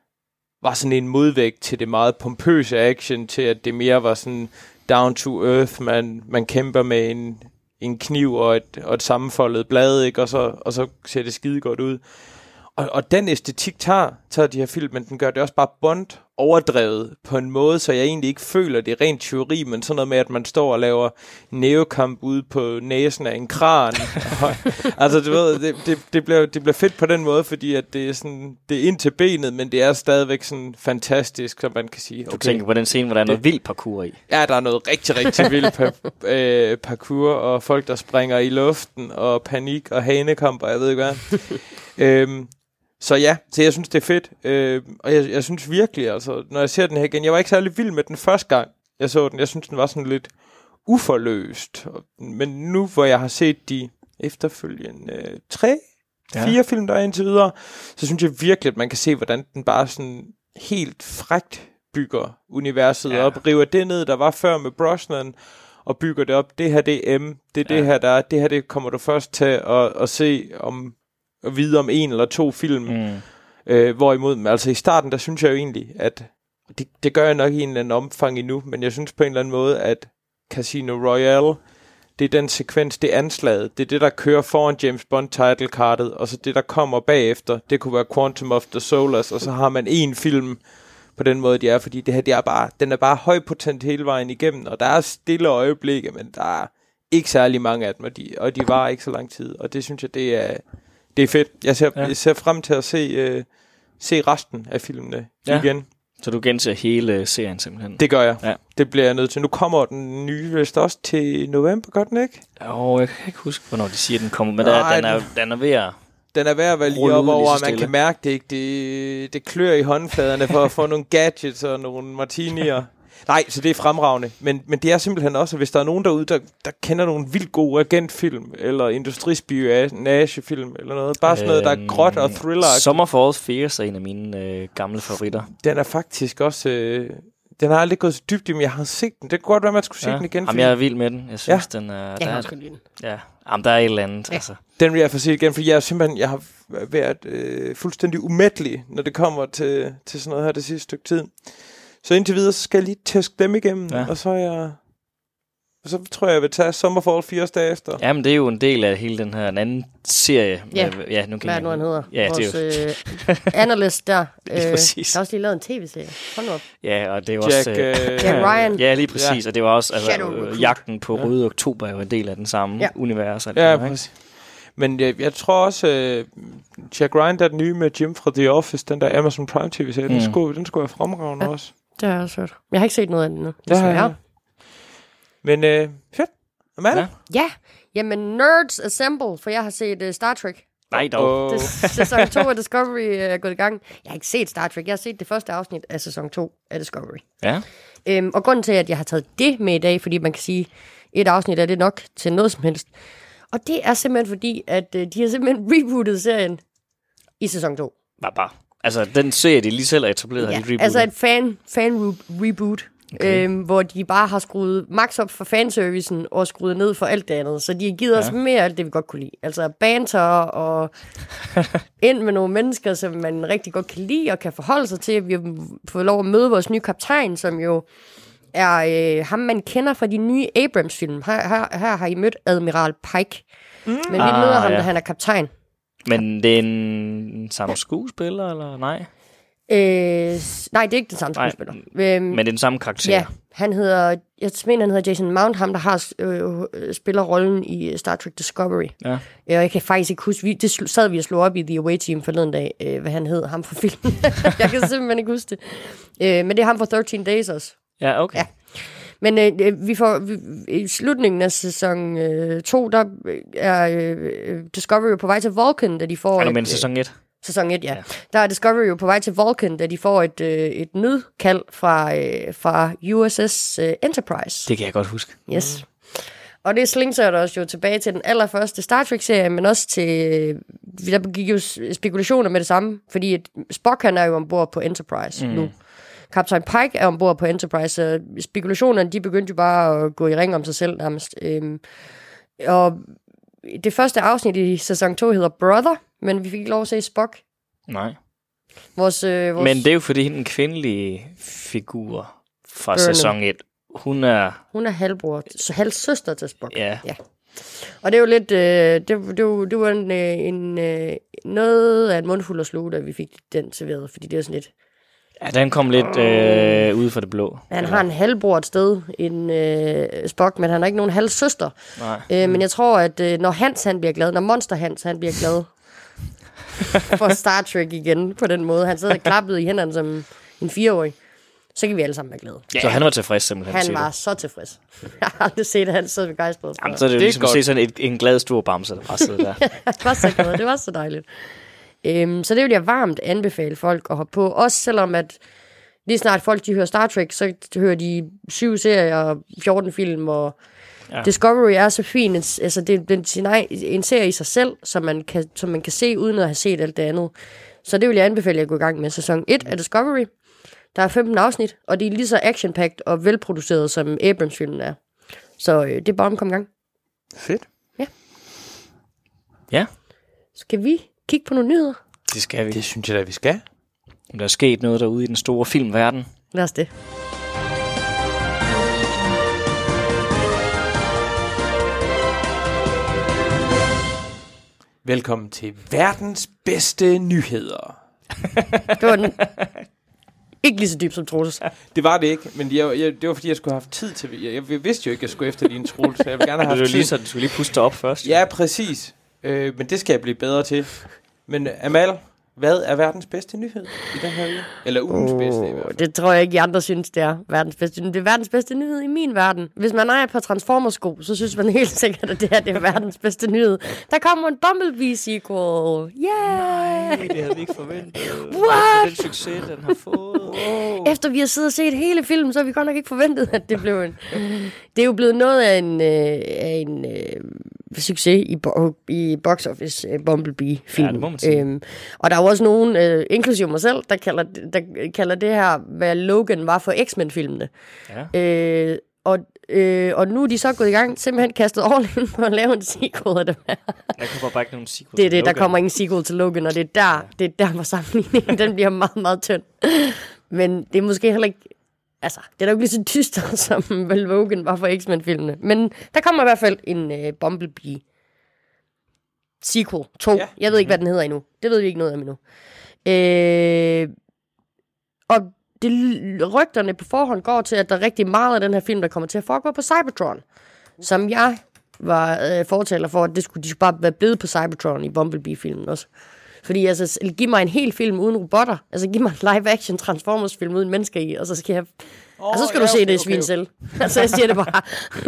var sådan en modvægt til det meget pompøse action, til at det mere var sådan down to earth, man, man kæmper med en, en kniv og et, og et sammenfoldet blad, ikke? Og, så, og så ser det skide godt ud. Og, og den æstetik tager, tager de her film, men den gør det også bare Bond overdrevet på en måde, så jeg egentlig ikke føler, det er rent teori, men sådan noget med, at man står og laver neokamp ude på næsen af en kran. og, altså, du ved, det, det, det, bliver, det bliver fedt på den måde, fordi at det er sådan, det er ind til benet, men det er stadigvæk sådan fantastisk, som man kan sige. Du tænker på den scene, hvor der er noget vild parkour i. Ja, der er noget rigtig, rigtig vildt pa- øh, parkour, og folk, der springer i luften, og panik, og hanekamp, og jeg ved ikke hvad. øhm, så ja, så jeg synes, det er fedt. Øh, og jeg, jeg synes virkelig, altså, når jeg ser den her igen, jeg var ikke særlig vild med den første gang, jeg så den. Jeg synes, den var sådan lidt uforløst. Og, men nu, hvor jeg har set de efterfølgende øh, tre, Ja. fire film, der er indtil videre, så synes jeg virkelig, at man kan se, hvordan den bare sådan helt frækt bygger universet Ja. op, river det ned, der var før med Brosnan, og bygger det op. Det her, det er M. Det er Ja. det her, der er. Det her, det kommer du først til at, at se om, at vide om en eller to film. Mm. Øh, hvorimod, men altså i starten, der synes jeg jo egentlig, at det, det gør jeg nok i en eller anden omfang endnu, men jeg synes på en eller anden måde, at Casino Royale, det er den sekvens, det er anslaget, det er det, der kører foran James Bond title-kartet, og så det, der kommer bagefter, det kunne være Quantum of the Solace, og så har man en film på den måde, de er, fordi det her, det er bare, den er bare højpotent hele vejen igennem, og der er stille øjeblikke, men der er ikke særlig mange af dem, og de, og de varer ikke så lang tid, og det synes jeg, det er, det er fedt. Jeg ser, ja. jeg ser frem til at se, uh, se resten af filmene Ja. igen. Så du genser hele serien simpelthen? Det gør jeg. Ja. Det bliver jeg nødt til. Nu kommer den nye vist også til november, gør den ikke? Åh, jeg kan ikke huske, hvornår de siger, den kommer, men der, Nej, den, er, den er ved at... Den er ved at være lige Rulle op ud lige over, så man stille. kan mærke det ikke. Det, det klør i håndfladerne for at få nogle gadgets og nogle martinier. Nej, så det er fremragende. Men, men det er simpelthen også, hvis der er nogen derude, der, der kender nogle vildt gode agentfilm, eller industrispionagefilm, eller noget. Bare sådan noget, der er gråt og thriller. Summer Falls Fears er en af mine øh, gamle favoritter. Den er faktisk også... Øh, den har aldrig gået så dybt i, men jeg har set den. Det kunne godt være, man skulle se Ja. den igen. Jamen, Fordi jeg er vild med den. Jeg synes, Ja. den er... Jeg der kan er, også godt lide den. ja. Jamen, der er et eller andet. Ja. Altså. Den vil jeg få se igen, for jeg er simpelthen, jeg har været øh, fuldstændig umættelig, når det kommer til, til sådan noget her det sidste stykke tid. Så indtil videre, så skal jeg lige tæske dem igennem, Ja. og så er jeg... Og så tror jeg, jeg vil tage Sommerfall firs dage efter. Jamen, det er jo en del af hele den her en anden serie. Ja. Med, ja nu kan Hvad er jeg- det nu, han hedder? Ja, det Vores er jo... øh, analyst der. Lige Øh, præcis. der er også lige lavet en tv-serie. Hold nu op. Ja, og det er jo Jack, også... øh, Jack Ryan. Ja, lige præcis. Ja. Og det var også... Altså, Shadow øh, Recruit. jagten på Ja. Røde Oktober er jo en del af den samme Ja. univers. og alt Ja, det der, ikke? præcis. Men jeg, jeg tror også, øh, Jack Ryan, der er den nye med Jim fra The Office, den der Amazon Prime tv-serie, mm. den, Mm. skulle, den skulle være fremragende Ja. også. Det har jeg også hørt. Jeg har ikke set noget af den nu. Det har jeg. desværre. Men øh, fedt. Amanda? Ja. Ja, jamen Nerds Assemble, for jeg har set uh, Star Trek. Nej, dog. Oh. Det, sæson to af Discovery uh, er gået i gang. Jeg har ikke set Star Trek. Jeg har set det første afsnit af sæson to af Discovery. Ja. Øhm, og grunden til, at jeg har taget det med i dag, fordi man kan sige, et afsnit er det nok til noget som helst. Og det er simpelthen fordi, at uh, de har simpelthen rebootet serien i sæson to. Bare, bare. Altså, den serie, de lige selv har etableret, ja, har de rebootet. altså et fan, fan reboot, Okay. øhm, hvor de bare har skruet max op for fanservicen og skruet ned for alt det andet. Så de har givet ja. os mere alt det, vi godt kunne lide. Altså banter og ind med nogle mennesker, som man rigtig godt kan lide og kan forholde sig til. Vi har fået lov at møde vores nye kaptajn, som jo er øh, ham, man kender fra de nye Abrams-film. Her, her, her har I mødt Admiral Pike. Mm. Men vi Ah, møder ham, ja. da han er kaptajn. Men det er en samme skuespiller, eller nej? Øh, nej, det er ikke den samme Nej, skuespiller. Øhm, Men det er den samme karakter. Ja, han hedder, jeg mener, han hedder Jason Mount, ham der har øh, spiller rollen i Star Trek Discovery. Ja. Og jeg kan faktisk ikke huske, vi, det sad vi og slog op i The Away Team forleden dag, øh, hvad han hed, ham fra filmen. Jeg kan simpelthen ikke huske det. Øh, men det er ham fra thirteen Days også. Ja, okay. Ja. Men øh, vi får vi, i slutningen af sæson øh, to, der er øh, Discovery på vej til Vulcan, da de får... Er du et, med sæson et? Sæson et, ja. ja. Der er Discovery jo på vej til Vulcan, da de får et, øh, et nødkald fra, øh, fra U S S øh, Enterprise. Det kan jeg godt huske. Yes. Mm. Og det slingser der også jo tilbage til den allerførste Star Trek-serie, men også til... Øh, der gik jo spekulationer med det samme, fordi et, Spock han er jo ombord på Enterprise mm. nu. Kaptajn Pike er ombord på Enterprise, så spekulationerne, de begyndte jo bare at gå i ring om sig selv nærmest. Øhm, og det første afsnit i sæson to hedder Brother, men vi fik ikke lov at se Spock. Nej. Vores, øh, vores... Men det er jo fordi, den kvindelige figur fra Burnham. sæson et, hun er... Hun er halvbror, så halvsøster til Spock. Ja. ja. Og det er jo lidt, øh, det, det, det, det var en, øh, en øh, noget af en mundfuld at sluge, da vi fik den serveret, fordi det er sådan lidt... Ja, den kom lidt øh, ude for det blå. Han har en halvbror et sted, en øh, Spock, men han har ikke nogen halvsøster. Nej. Øh, men jeg tror, at øh, når Hans han bliver glad, når Monster Hans han bliver glad for Star Trek igen på den måde, han sidder klappet i hænderne som en fireårig, så kan vi alle sammen være glade. Ja. Så han var tilfreds simpelthen. Han var så tilfres. Jeg har aldrig set, at han så begejstret. Jamen, så er det jo Det er ligesom at godt. se sådan et, en glad stor bamse, der bare sidder der. Det var så glad, det var så dejligt. Øhm, så det vil jeg varmt anbefale folk at hoppe på, også selvom at lige snart folk de hører Star Trek, så hører de syv serier, fjorten film, og ja. Discovery er så fin, altså det er en serie i sig selv, som man, kan, som man kan se, uden at have set alt det andet. Så det vil jeg anbefale at gå i gang med. Sæson et af Discovery, der er femten afsnit, og det er lige så action-packed og velproduceret, som Abrams-filmen er. Så øh, det er bare om at komme i gang. Fedt. Ja. Ja. Skal vi kigge på nogle nyheder? Det skal vi. Det synes jeg da, vi skal. Der er sket noget derude i den store filmverden. Lad os det. Velkommen til verdens bedste nyheder. Det var den. Ikke lige så dyb som Troels. Det var det ikke, men jeg, jeg, det var fordi, jeg skulle have haft tid til... Jeg, jeg vidste jo ikke, at jeg skulle efter din Troels, så jeg vil gerne have Det er haft jo lige tid. så, du skulle lige puste dig op først. Ja, præcis. Øh, men det skal jeg blive bedre til. Men Amal, hvad er verdens bedste nyhed i den her uge? Eller ugens oh, bedste i hvert fald. Det tror jeg ikke, de andre synes, det er verdens bedste nyhed. Det er verdens bedste nyhed i min verden. Hvis man ejer et par Transformers-sko, så synes man helt sikkert, at det her det er verdens bedste nyhed. Der kommer en Bumblebee-sequel. Yeah! Nej, det havde vi ikke forventet. What? Den succes, den har fået. Wow. Efter vi har siddet og set hele filmen, så har vi godt nok ikke forventet, at det blev en... Det er jo blevet noget af en, øh, af en øh, succes i, bo- i box office, øh, Bumblebee-film. Ja, det må man sige. Øhm, og der er jo også nogen, øh, inklusive mig selv, der kalder, der kalder det her, hvad Logan var for X-Men-filmene. Ja. Øh, og, øh, og nu er de så gået i gang, simpelthen kastet all in på at lave en sequel af det her. Der kommer bare ikke nogen sequel Det er til det, der Logan. kommer ingen sequel til Logan, og det er der, det er der hvor sammenligningen, den bliver meget, meget tynd. Men det er måske heller ikke, altså, det er da jo ikke lige så dyster, som vel Logan var for X-Men-filmene. Men der kommer i hvert fald en øh, Bumblebee sequel to. Ja. Jeg ved ikke, hvad den hedder endnu. Det ved vi ikke noget om endnu. Øh, og det, rygterne på forhånd går til, at der er rigtig meget af den her film, der kommer til at foregå på Cybertron. Som jeg var øh, fortaler for, at det skulle, de skulle bare være blevet på Cybertron i Bumblebee-filmen også. Fordi altså, giv mig en hel film uden robotter. Altså, giv mig en live-action Transformers-film uden mennesker i, og så skal jeg... Oh, og så skal ja, du se okay, det i svin okay. selv. Altså, jeg siger det bare.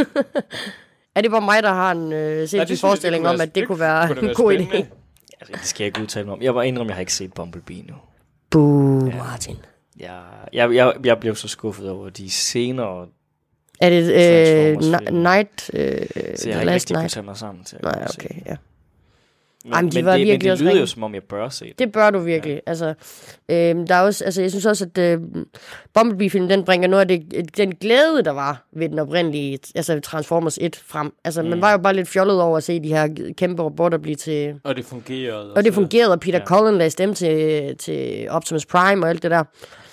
Er det bare mig, der har en øh, sindssyg forestilling om, at det kunne være, det kunne være en god idé? Altså, det skal jeg ikke udtale mig om. Jeg var indrømme, jeg har ikke set Bumblebee nu. Buh, ja. Martin. Jeg, jeg, jeg, jeg blev så skuffet over de senere... Er det øh, Night? Øh, så jeg har ikke rigtig kunnet tage mig sammen til. Nej, okay, ja. Men, Jamen, de men, var det, virkelig men også det lyder ringe. jo, som om jeg bør se det. Det bør du virkelig. Ja. Altså, øh, der er også, altså, jeg synes også, at øh, Bumblebee-filmen, den bringer noget af det, den glæde, der var ved den oprindelige, altså Transformers et frem. Altså, mm. man var jo bare lidt fjollet over at se de her kæmpe robotter blive til... Og det fungerede. Og det fungerede, og Peter ja. Cullen lagde stemme til, til Optimus Prime og alt det der.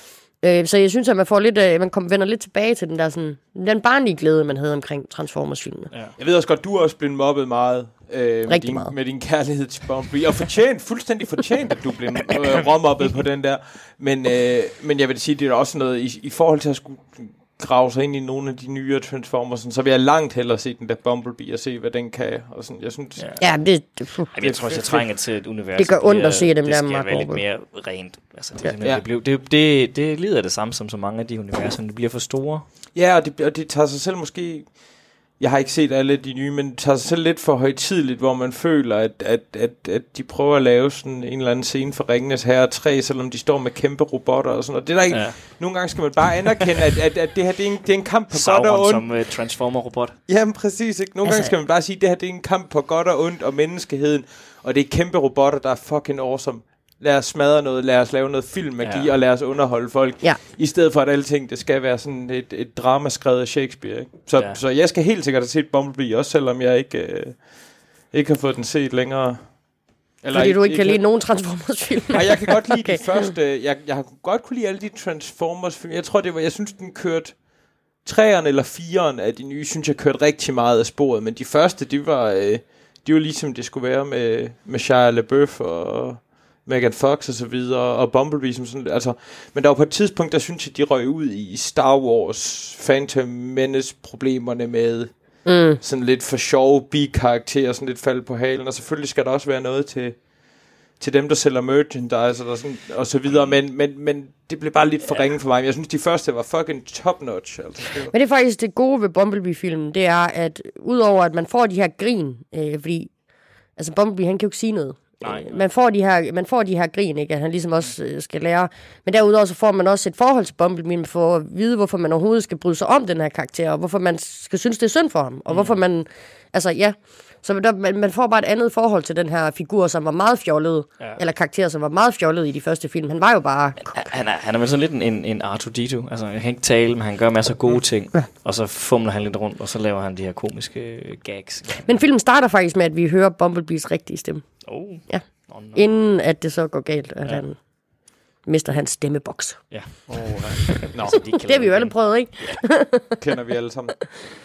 Øh, så jeg synes, at man får lidt, øh, man kommer, vender lidt tilbage til den der sådan, den barnlige glæde, man havde omkring Transformers-filmene. Ja. Jeg ved også godt, du er også blevet mobbet meget, øh, med, din, meget. med din kærlighed til Bumblebee. Og fortjent, fuldstændig fortjent, at du blev øh, råmobbet på den der. Men, øh, men jeg vil sige, det er også noget, i, i forhold til at skulle grave sig ind i nogle af de nye Transformers, så vil jeg langt hellere se den der Bumblebee og se, hvad den kan. Og sådan, jeg synes... Ja, ja det... det Jamen, jeg tror, jeg trænger til et univers. Det gør ondt at se dem det der, Mark Mark Wahlberg. Det skal være lidt mere rent. Altså, det, ja. det, blev, det, det, det lider det samme som så mange af de universer, det bliver for store. Ja, og det, og det tager sig selv måske... Jeg har ikke set alle de nye, men det tager sig selv lidt for højtideligt, hvor man føler, at, at, at, at de prøver at lave sådan en eller anden scene for Ringenes Herre tre, selvom de står med kæmpe robotter og sådan noget. Det er der ikke. Ja. Nogle gange skal man bare anerkende, at, at, at det her det er, en, det er en kamp på Sauron godt og ondt. som uh, Transformer-robot. Jamen præcis, ikke? Nogle altså, gange skal man bare sige, at det her det er en kamp på godt og ondt og menneskeheden, og det er kæmpe robotter, der er fucking awesome. Lad os smadre noget, lad os lave noget filmmagi, ja. Og lad os underholde folk. Ja. I stedet for, at alting, det skal være sådan et, et drama skrevet af Shakespeare. Ikke? Så, ja. Så jeg skal helt sikkert have set Bumblebee, også selvom jeg ikke, øh, ikke har fået den set længere. Eller fordi ikke, du ikke kan lide nogen Transformers-film? Nej, jeg kan godt lide okay. de første. Jeg, jeg har godt kunne lide alle de Transformers-film. Jeg tror, det var, jeg synes, den kørte... Treeren eller fireren af de nye, synes jeg kørte rigtig meget af sporet. Men de første, de var, øh, de var ligesom det skulle være med, med Shia LaBeouf og... Megan Fox og så videre, og Bumblebee som sådan, altså, men der var på et tidspunkt, der synes jeg, de røg ud i Star Wars Phantom Menace problemerne med mm. sådan lidt for sjove bi-karakterer, sådan lidt falde på halen, og selvfølgelig skal der også være noget til, til dem, der sælger merchandise og, sådan, og så videre, men, men, men det blev bare lidt for ringe for mig, men jeg synes, de første var fucking top-notch. Altså. Men det er faktisk det gode ved Bumblebee-filmen, det er, at udover at man får de her grin, øh, fordi altså Bumblebee, han kan jo ikke sige noget. Nej, nej. Man får de her, man får de her grin, ikke, at han ligesom også øh, skal lære. Men derudover så får man også et forhold til Bumblebee, for at vide, hvorfor man overhovedet skal bryde sig om den her karakter, og hvorfor man skal synes, det er synd for ham, og mm. hvorfor man, altså ja, så der, man, man får bare et andet forhold til den her figur, som var meget fjollet, ja. Eller karakter, som var meget fjollet i de første film. Han var jo bare... Han er, han er vel sådan lidt en, en, en R to D to, altså han kan ikke tale, men han gør masser af gode ting, ja. Og så fumler han lidt rundt, og så laver han de her komiske gags. Men filmen starter faktisk med, at vi hører Bumblebees rigtige stemme. Oh. Ja. Oh, no. Inden at det så går galt, at ja. Han mister hans stemmeboks. Ja. Oh, okay. no. de det har vi jo alle prøvet, ikke? Kender vi alle sammen.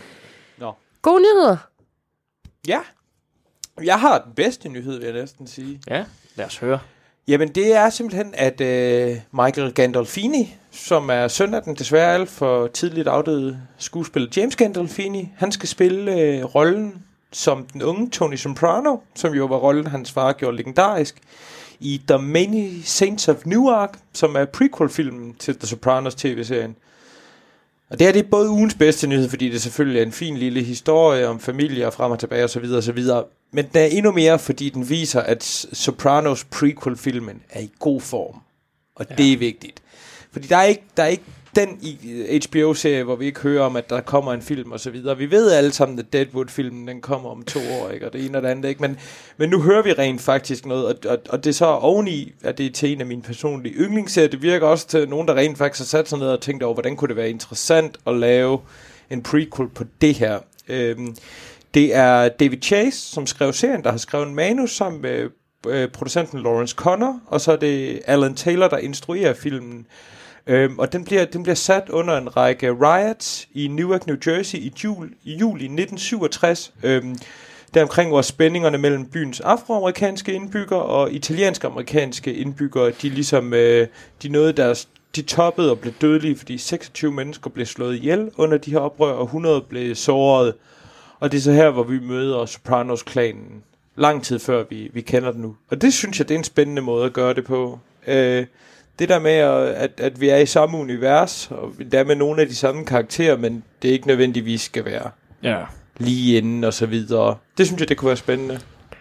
No. Gode nyheder. Ja. Jeg har den bedste nyhed, vil jeg næsten sige. Ja, lad os høre. Jamen, det er simpelthen, at øh, Michael Gandolfini, som er søn af den desværre alt for tidligt afdøde skuespiller James Gandolfini, han skal spille øh, rollen som den unge Tony Soprano, som jo var rollen, hans far gjorde legendarisk, i The Many Saints of Newark, som er prequel-filmen til The Sopranos tv-serien. Og det her, det er både ugens bedste nyhed, fordi det selvfølgelig er en fin lille historie om familie og frem og tilbage osv. osv. Men den er endnu mere, fordi den viser, at Sopranos prequel-filmen er i god form. Og ja. Det er vigtigt. Fordi der er ikke, der er ikke den i H B O-serie, hvor vi ikke hører om, at der kommer en film og så videre. Vi ved alle sammen, at Deadwood-filmen, den kommer om to år, ikke? Og det ene og det andet, ikke? Men, men nu hører vi rent faktisk noget, og, og, og det er så oveni, at det er til en af mine personlige yndlingsserier. Det virker også til nogen, der rent faktisk har sat sig ned og tænkt over, hvordan kunne det være interessant at lave en prequel på det her. Øhm, det er David Chase, som skrev serien, der har skrevet en manus sammen med øh, producenten Lawrence Connor, og så er det Alan Taylor, der instruerer filmen. Øhm, og den bliver, den bliver sat under en række riots i Newark, New Jersey i, jul, i juli nitten syvogtres. Øhm, deromkring, hvor spændingerne mellem byens afroamerikanske indbyggere og italiensk-amerikanske indbyggere, de ligesom, øh, de nåede deres, de toppede og blev dødelige, fordi seksogtyve mennesker blev slået ihjel under de her oprør, og hundrede blev såret. Og det er så her, hvor vi møder Sopranos-klanen, lang tid før vi, vi kender den nu. Og det synes jeg, det er en spændende måde at gøre det på. Øh, Det der med, at, at vi er i samme univers, og der er med nogle af de samme karakterer, men det ikke nødvendigvis skal være ja. Lige inden og så videre. Det synes jeg, det kunne være spændende.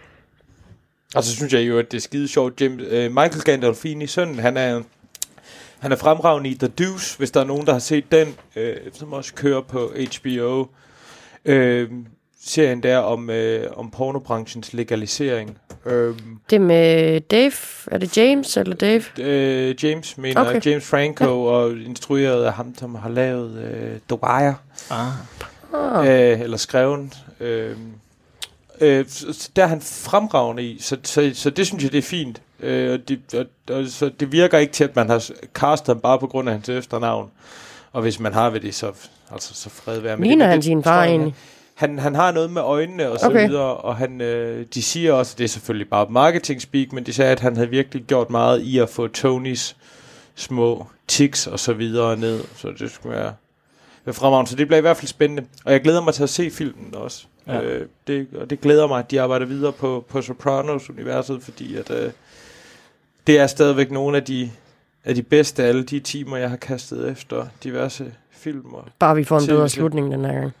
Og så synes jeg jo, at det er skide sjovt. Jim, uh, Michael Gandolfini, sønnen, han er, han er fremragende i The Deuce, hvis der er nogen, der har set den, uh, som også kører på H B O. Uh, serien der om, øh, om pornobranchens legalisering. Øhm, Det med Dave, er det James eller Dave? øh, James, mener Okay. James Franco, ja. Og instrueret af ham, som har lavet øh, The Wire, Ah. Ah. øh, eller skrevet. Øh, øh, så, så der er han fremragende i, så, så, så det synes jeg, det er fint. Øh, og det, og, og, så det virker ikke til, at man har castet ham bare på grund af hans efternavn. Og hvis man har ved det, så, altså, så fred være med det. Ligner Men han det, sin tror far jeg, egentlig? Han, han har noget med øjnene og så Okay. videre, og han, øh, de siger også, det er selvfølgelig bare marketing speak, men de sagde, at han havde virkelig gjort meget i at få Tonys små tics og så videre ned, så det skulle være, være fremragende. Så det bliver i hvert fald spændende, og jeg glæder mig til at se filmen også. Ja. Øh, det, og det glæder mig, at de arbejder videre på, på Sopranos-universet, fordi at, øh, det er stadigvæk nogle af de, af de bedste af alle de timer, jeg har kastet efter diverse film. Og Bare vi får en Se, bedre hvis jeg- slutning den her gang.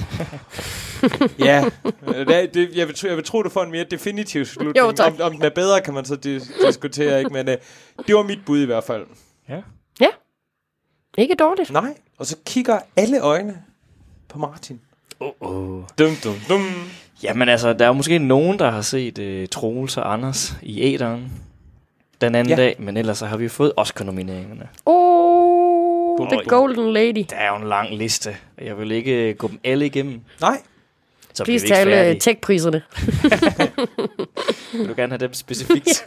ja, øh, det, det, jeg, vil tro, jeg vil tro, du får en mere definitiv slutning. Jo, tak. om, om den er bedre, kan man så dis- diskutere, ikke? Men øh, det var mit bud i hvert fald. Ja. Ikke dårligt. Nej, og så kigger alle øjne på Martin. Oh, oh. Dum, dum, dum. Jamen altså, der er jo måske nogen, der har set uh, Troels og Anders i æteren den anden Ja. dag, men ellers så har vi jo fået Oscar-nomineringerne. Oh, the Oj. golden lady. Der er jo en lang liste, og jeg vil ikke gå dem alle igennem. Nej, Så bliver Please vi ikke tale færdige. tech-priserne. Vil du gerne have dem specifikt?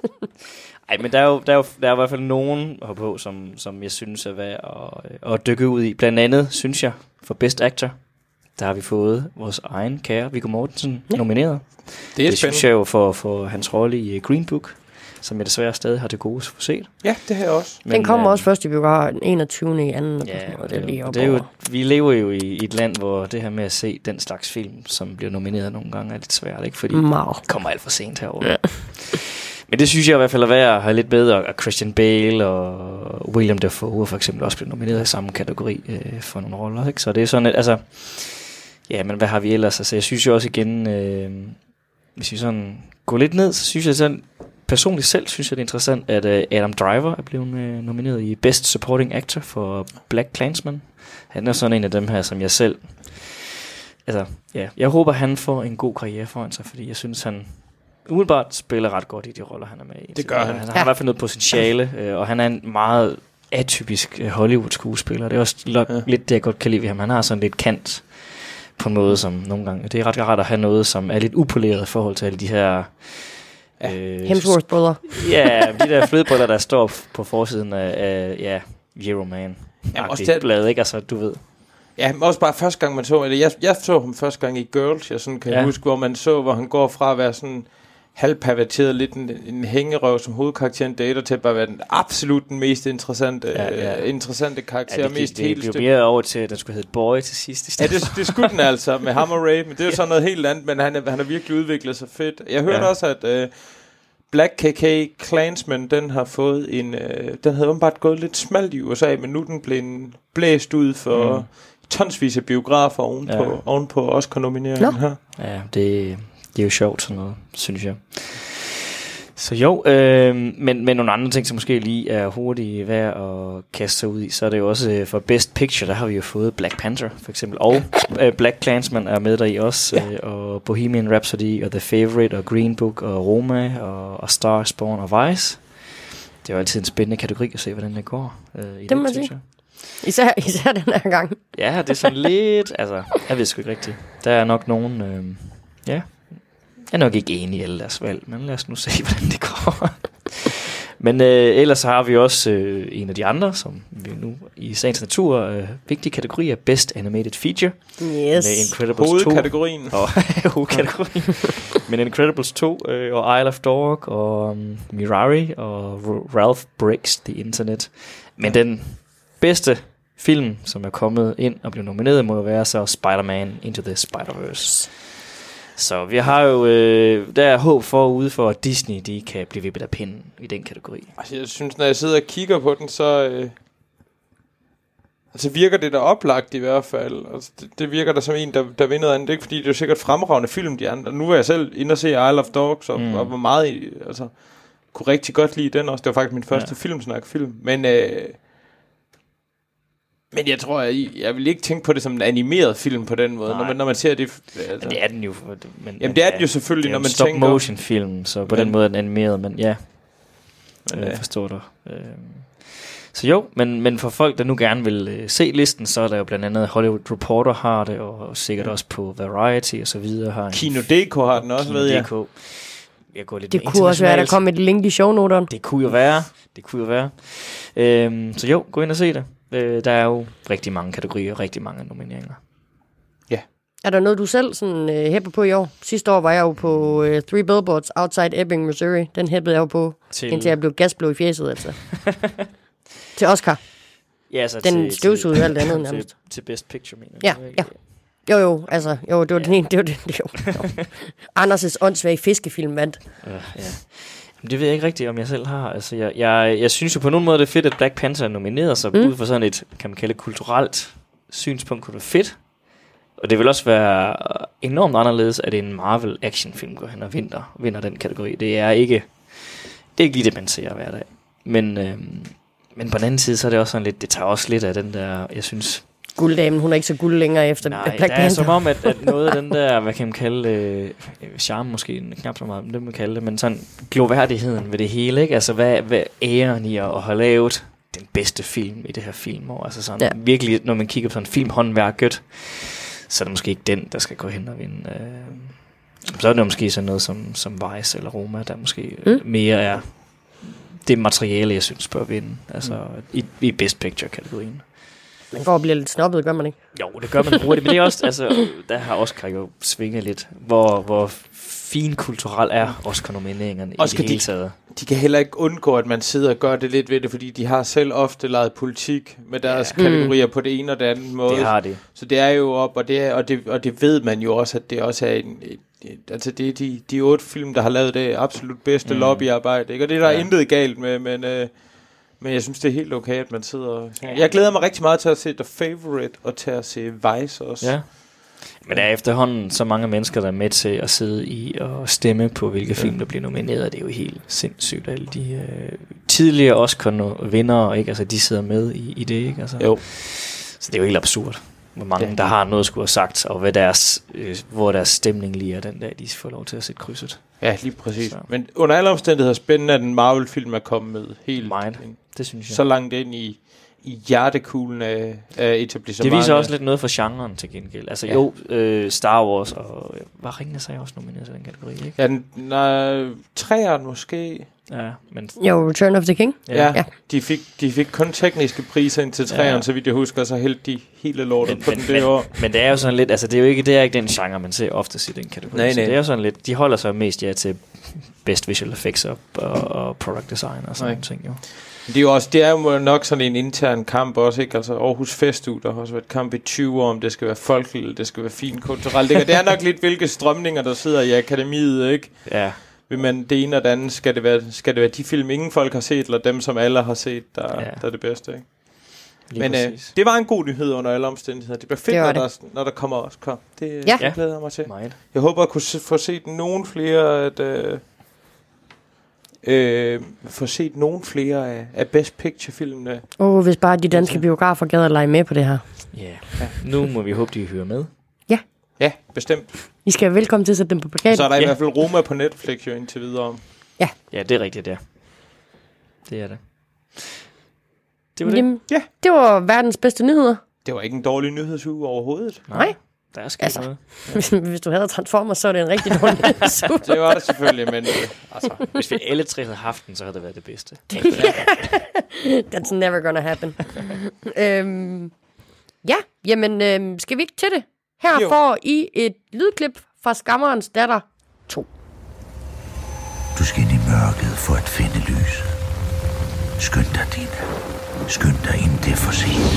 Ej, men der er jo, der er jo der er i hvert fald nogen herpå, som, som jeg synes er værd at, at dykke ud i. Blandt andet, synes jeg, for Best Actor, der har vi fået vores egen kære Viggo Mortensen Ja. nomineret. det er Det synes jeg jo for, for hans rolle i Green Book, som jeg desværre stadig har til gode at få set. Ja, det har jeg også. Den kommer øh, også først i biografen den enogtyvende i anden. Ja, og det, det er lige det, op det er jo, over. vi lever jo i, i et land, hvor det her med at se den slags film, som bliver nomineret nogle gange, er lidt svært, ikke? Fordi Meget. det kommer alt for sent herover. Ja. Men det synes jeg i hvert fald er værd at have lidt med, og Christian Bale og William Dafoe for eksempel også blevet nomineret i samme kategori øh, for nogle roller, ikke? Så det er sådan et, altså, ja, men hvad har vi ellers? Altså, jeg synes jo også igen, øh, hvis vi sådan går lidt ned, så synes jeg sådan, personligt selv synes jeg det er interessant, at øh, Adam Driver er blevet øh, nomineret i Best Supporting Actor for Black Klansman. Han er sådan en af dem her, som jeg selv, altså, ja, jeg håber han får en god karriere foran sig, fordi jeg synes han umiddelbart spiller ret godt i de roller, han er med i. Det gør han. Han har Ja. i hvert fald noget potentiale, øh, og han er en meget atypisk øh, Hollywood-skuespiller. Det er også lo- Ja. lidt det, jeg godt kan lide ved ham. Han har sådan lidt kant på en måde, som nogle gange... Det er ret rart at have noget, som er lidt upoleret i forhold til alle de her... Ja. Øh, Hemsworth-brødre. Ja, de der flødebriller, der står f- på forsiden af, af ja, Zero Man. Jamen, også Agtigt det- blad, ikke? Altså, du ved. Ja, men også bare første gang man så, eller jeg, jeg så ham første gang i Girls, jeg sådan kan Ja. ja. huske, hvor man så, hvor han går fra at være sådan halvperverteret, lidt en, en hængerøv som hovedkarakteren dater, til at bare være den absolut den mest interessante, Ja, ja, ja. ja. interessante karakter, Ja, ja, det, mest det, det blev helste. mere over til, at den skulle hedde Boy til sidst. I Ja, stedet. det, det skulle den altså, med ham og Ray, men det er jo sådan noget helt andet, men han, er, han har virkelig udviklet sig fedt. Jeg hørte Ja. ja. også, at uh, Black K K Klansman, den har fået en, uh, den havde åbenbart gået lidt smalt i U S A, men nu er den blevet blæst ud for mm. tonsvis af biografer ovenpå, Ja. ja. ovenpå Oscar-nomineringen Nå. her. Ja, det, det er jo sjovt sådan noget, synes jeg. Så jo, øh, men, men nogle andre ting, som måske lige er hurtigt værd at kaste sig ud i, så er det jo også øh, for Best Picture, der har vi jo fået Black Panther for eksempel, og øh, Black Klansman er med der i også, Ja. øh, og Bohemian Rhapsody, og The Favourite, og Green Book, og Roma, og, og Star is Born, og Vice. Det er jo altid en spændende kategori at se, hvordan det går. Øh, i Det må man synes sige. jeg. Især, især den her gang. Ja, det er sådan lidt, altså, jeg ved sgu ikke rigtigt. Der er nok nogen, øh, ja, jeg er nok ikke enig i alle deres valg, men lad os nu se, hvordan det går. Men øh, ellers har vi også øh, en af de andre, som vi nu i sagens natur, øh, vigtige kategorier, Best Animated Feature, Yes. med Incredibles to. Hovedkategorien. Og hovedkategorien. Men Incredibles to, øh, og Isle of Dog, og um, Mirari, og R- Ralph Breaks the Internet. Men den bedste film, som er kommet ind og blevet nomineret, må jo være så Spider-Man Into the Spider-Verse. Så vi har jo, øh, der er håb forude for, at Disney, de kan blive vippet af pinden i den kategori. Altså, jeg synes, når jeg sidder og kigger på den, så øh, altså virker det da oplagt i hvert fald. Altså, det, det virker da som en, der, der vinder andet. Det er ikke, fordi det er jo sikkert fremragende film, de andre. Nu var jeg selv inde og se Isle of Dogs, og, Mm. mm. og var meget, i- altså, kunne rigtig godt lide den også. Det var faktisk min første Ja. ja. filmsnak-film. Men, øh, Men jeg tror, jeg, jeg vil ikke tænke på det som en animeret film på den måde, når man, når man ser det. Altså. Men det er den jo. Men, Jamen det er den jo selvfølgelig, når man stop tænker... motion film, så på men, den måde er den animeret, men ja, men, jeg ja. forstår du. Så jo, men, men for folk, der nu gerne vil øh, se listen, så er der jo blandt andet Hollywood Reporter har det, og sikkert ja. også på Variety og så videre. Har Kino punktum d k har den også, Kino ved jeg. jeg går lidt det kunne også være, der kom et link i shownoteren. Det kunne jo være. Det kunne jo være. Øhm, så jo, gå ind og se det. Øh, der er jo rigtig mange kategorier, rigtig mange nomineringer. Ja. Er der noget, du selv sådan øh, hæpper på i år? Sidste år var jeg jo på øh, Three Billboards Outside Ebbing, Missouri. Den hæppede jeg jo på, til... indtil jeg blev gasblå i fjeset, altså. Til Oscar. Ja, altså den støvsugede alt andet nærmest. Til, til Best Picture, mener ja, ja. Jo, jo, altså, jo, det var ja. den ene, det var det, det jo. Anders' åndssvage fiskefilm vandt. Uh, ja. Jamen, det ved jeg ikke rigtigt, om jeg selv har. Altså, jeg, jeg, jeg synes jo på nogen måde, det er fedt, at Black Panther er nomineret, så mm. ud fra sådan et, kan man kalde det, kulturelt synspunkt, kunne det være fedt. Og det vil også være enormt anderledes, at en Marvel actionfilm går hen og vinder, vinder den kategori. Det er ikke, det er ikke lige det, man ser hver dag. Men... Øhm, Men på den anden side, så er det også sådan lidt, det tager også lidt af den der, jeg synes... Gulddamen, hun er ikke så guld længere efter Nej, Black Panther. Nej, det er som om, at, at noget af den der, hvad kan man kalde det, øh, charme måske, knap så meget, det man kalde det, men sådan gloværdigheden ved det hele, ikke? Altså, hvad, hvad æren i at have lavet den bedste film i det her filmår? Altså sådan, ja. virkelig, når man kigger på sådan en filmhåndværket, så er det måske ikke den, der skal gå hen og vinde. Øh, så er det måske sådan noget som, som Vice eller Roma, der måske mm. mere er... det materiale, jeg synes, bør vinde. Altså, mm. i, i Best Picture-kategorien. Man går og bliver lidt snobbet, gør man ikke? Jo, det gør man hurtigt, men det er også, altså, der har Oscar jo svinget lidt, hvor, hvor fin kulturel er Oscar-nomineringerne i det hele taget. De, de kan heller ikke undgå, at man sidder og gør det lidt ved det, fordi de har selv ofte lavet politik med deres ja. kategorier mm. på det ene og det andet måde. Det har de. Så det er jo op, og det, er, og det, og det ved man jo også, at det også er en... Altså det er de, de otte film, der har lavet det absolut bedste mm. lobbyarbejde, ikke? Og det er der ja. intet galt med, men, øh, men jeg synes, det er helt okay, at man sidder og... Ja. Jeg glæder mig rigtig meget til at se The Favourite, og til at se Vice også. Ja. Men der er efterhånden så mange mennesker, der er med til at sidde i og stemme på, hvilke ja. film, der bliver nomineret. Det er jo helt sindssygt, alle de øh, tidligere Oscar-vindere, ikke? Altså, de sidder med i, i det, ikke? Altså, jo. Så det er jo helt absurd. Hvor mange, ja. der har noget at skulle have sagt, og hvad deres, øh, hvor deres stemning lige er den dag, de får lov til at sætte krydset. Ja, lige præcis. Så. Men under alle omstændigheder spændende, at en Marvel-film er kommet med helt Mind. Det synes jeg. Så langt ind i, i hjertekuglen af, af etablissementet. Det viser også lidt noget for genren til gengæld. Altså ja. jo, øh, Star Wars og... Hvad ringede sig også nomineret til den kategori, ikke? Ja, den, nej, træeren måske... Ja, men... Jo, Return of the King. Ja, ja. De, fik, de fik kun tekniske priser ind til træerne, ja. så vidt jeg husker, så hældte de hele lortet men, på men, den det men, år. Men det er jo sådan lidt, altså det er jo ikke, det er ikke den genre, man ser oftest i den kategori. Nej, nej. Det er jo sådan lidt, de holder sig mest ja til best visual effects og, og, og product design og sådan nogle ting, jo. Det er jo også, det er jo nok sådan en intern kamp også, ikke? Altså Aarhus Festuge, der har også været kamp i tyve år, om det skal være folkeligt, det skal være fint kulturelt. Det er nok lidt, hvilke strømninger, der sidder i akademiet, ikke? Ja. Vil man det ene og det andet, skal det være, skal det være de film, ingen folk har set, eller dem, som alle har set, der, ja. der er det bedste, ikke? Lige Men øh, det var en god nyhed under alle omstændigheder. Det bliver fedt, det når, der, når der kommer Oscar. Det, ja. det glæder jeg mig til. Meget. Jeg håber at kunne se, få set nogen flere at, øh, øh, få set nogen flere af, af Best Picture-filmene. Åh, oh, hvis bare de danske biografer gad at lege med på det her. Yeah. Ja. Nu må vi håbe, de hører med. Ja. Ja, bestemt. I skal være velkommen til at sætte dem på plakaten. Så er der ja. i hvert fald Roma på Netflix jo indtil videre. Ja. Ja, det er rigtigt, ja. Det er det. Det var Jamen, det. Ja. Det var verdens bedste nyheder. Det var ikke en dårlig nyhedsuge overhovedet. Nej. Der er sket altså, noget. Hvis, hvis du havde Transformers, så er det en rigtig dårlig nyhedsuge. Det var det selvfølgelig, men altså, hvis vi alle tre havde haft den, så havde det været det bedste. That's never gonna happen. øhm, ja, jamen øhm, skal vi ikke til det? Her jo. får I et lydklip fra Skammerens datter to. Du skal ind i mørket for at finde lys. Skynd dig, Dina. Skynd dig, inden det er for sent.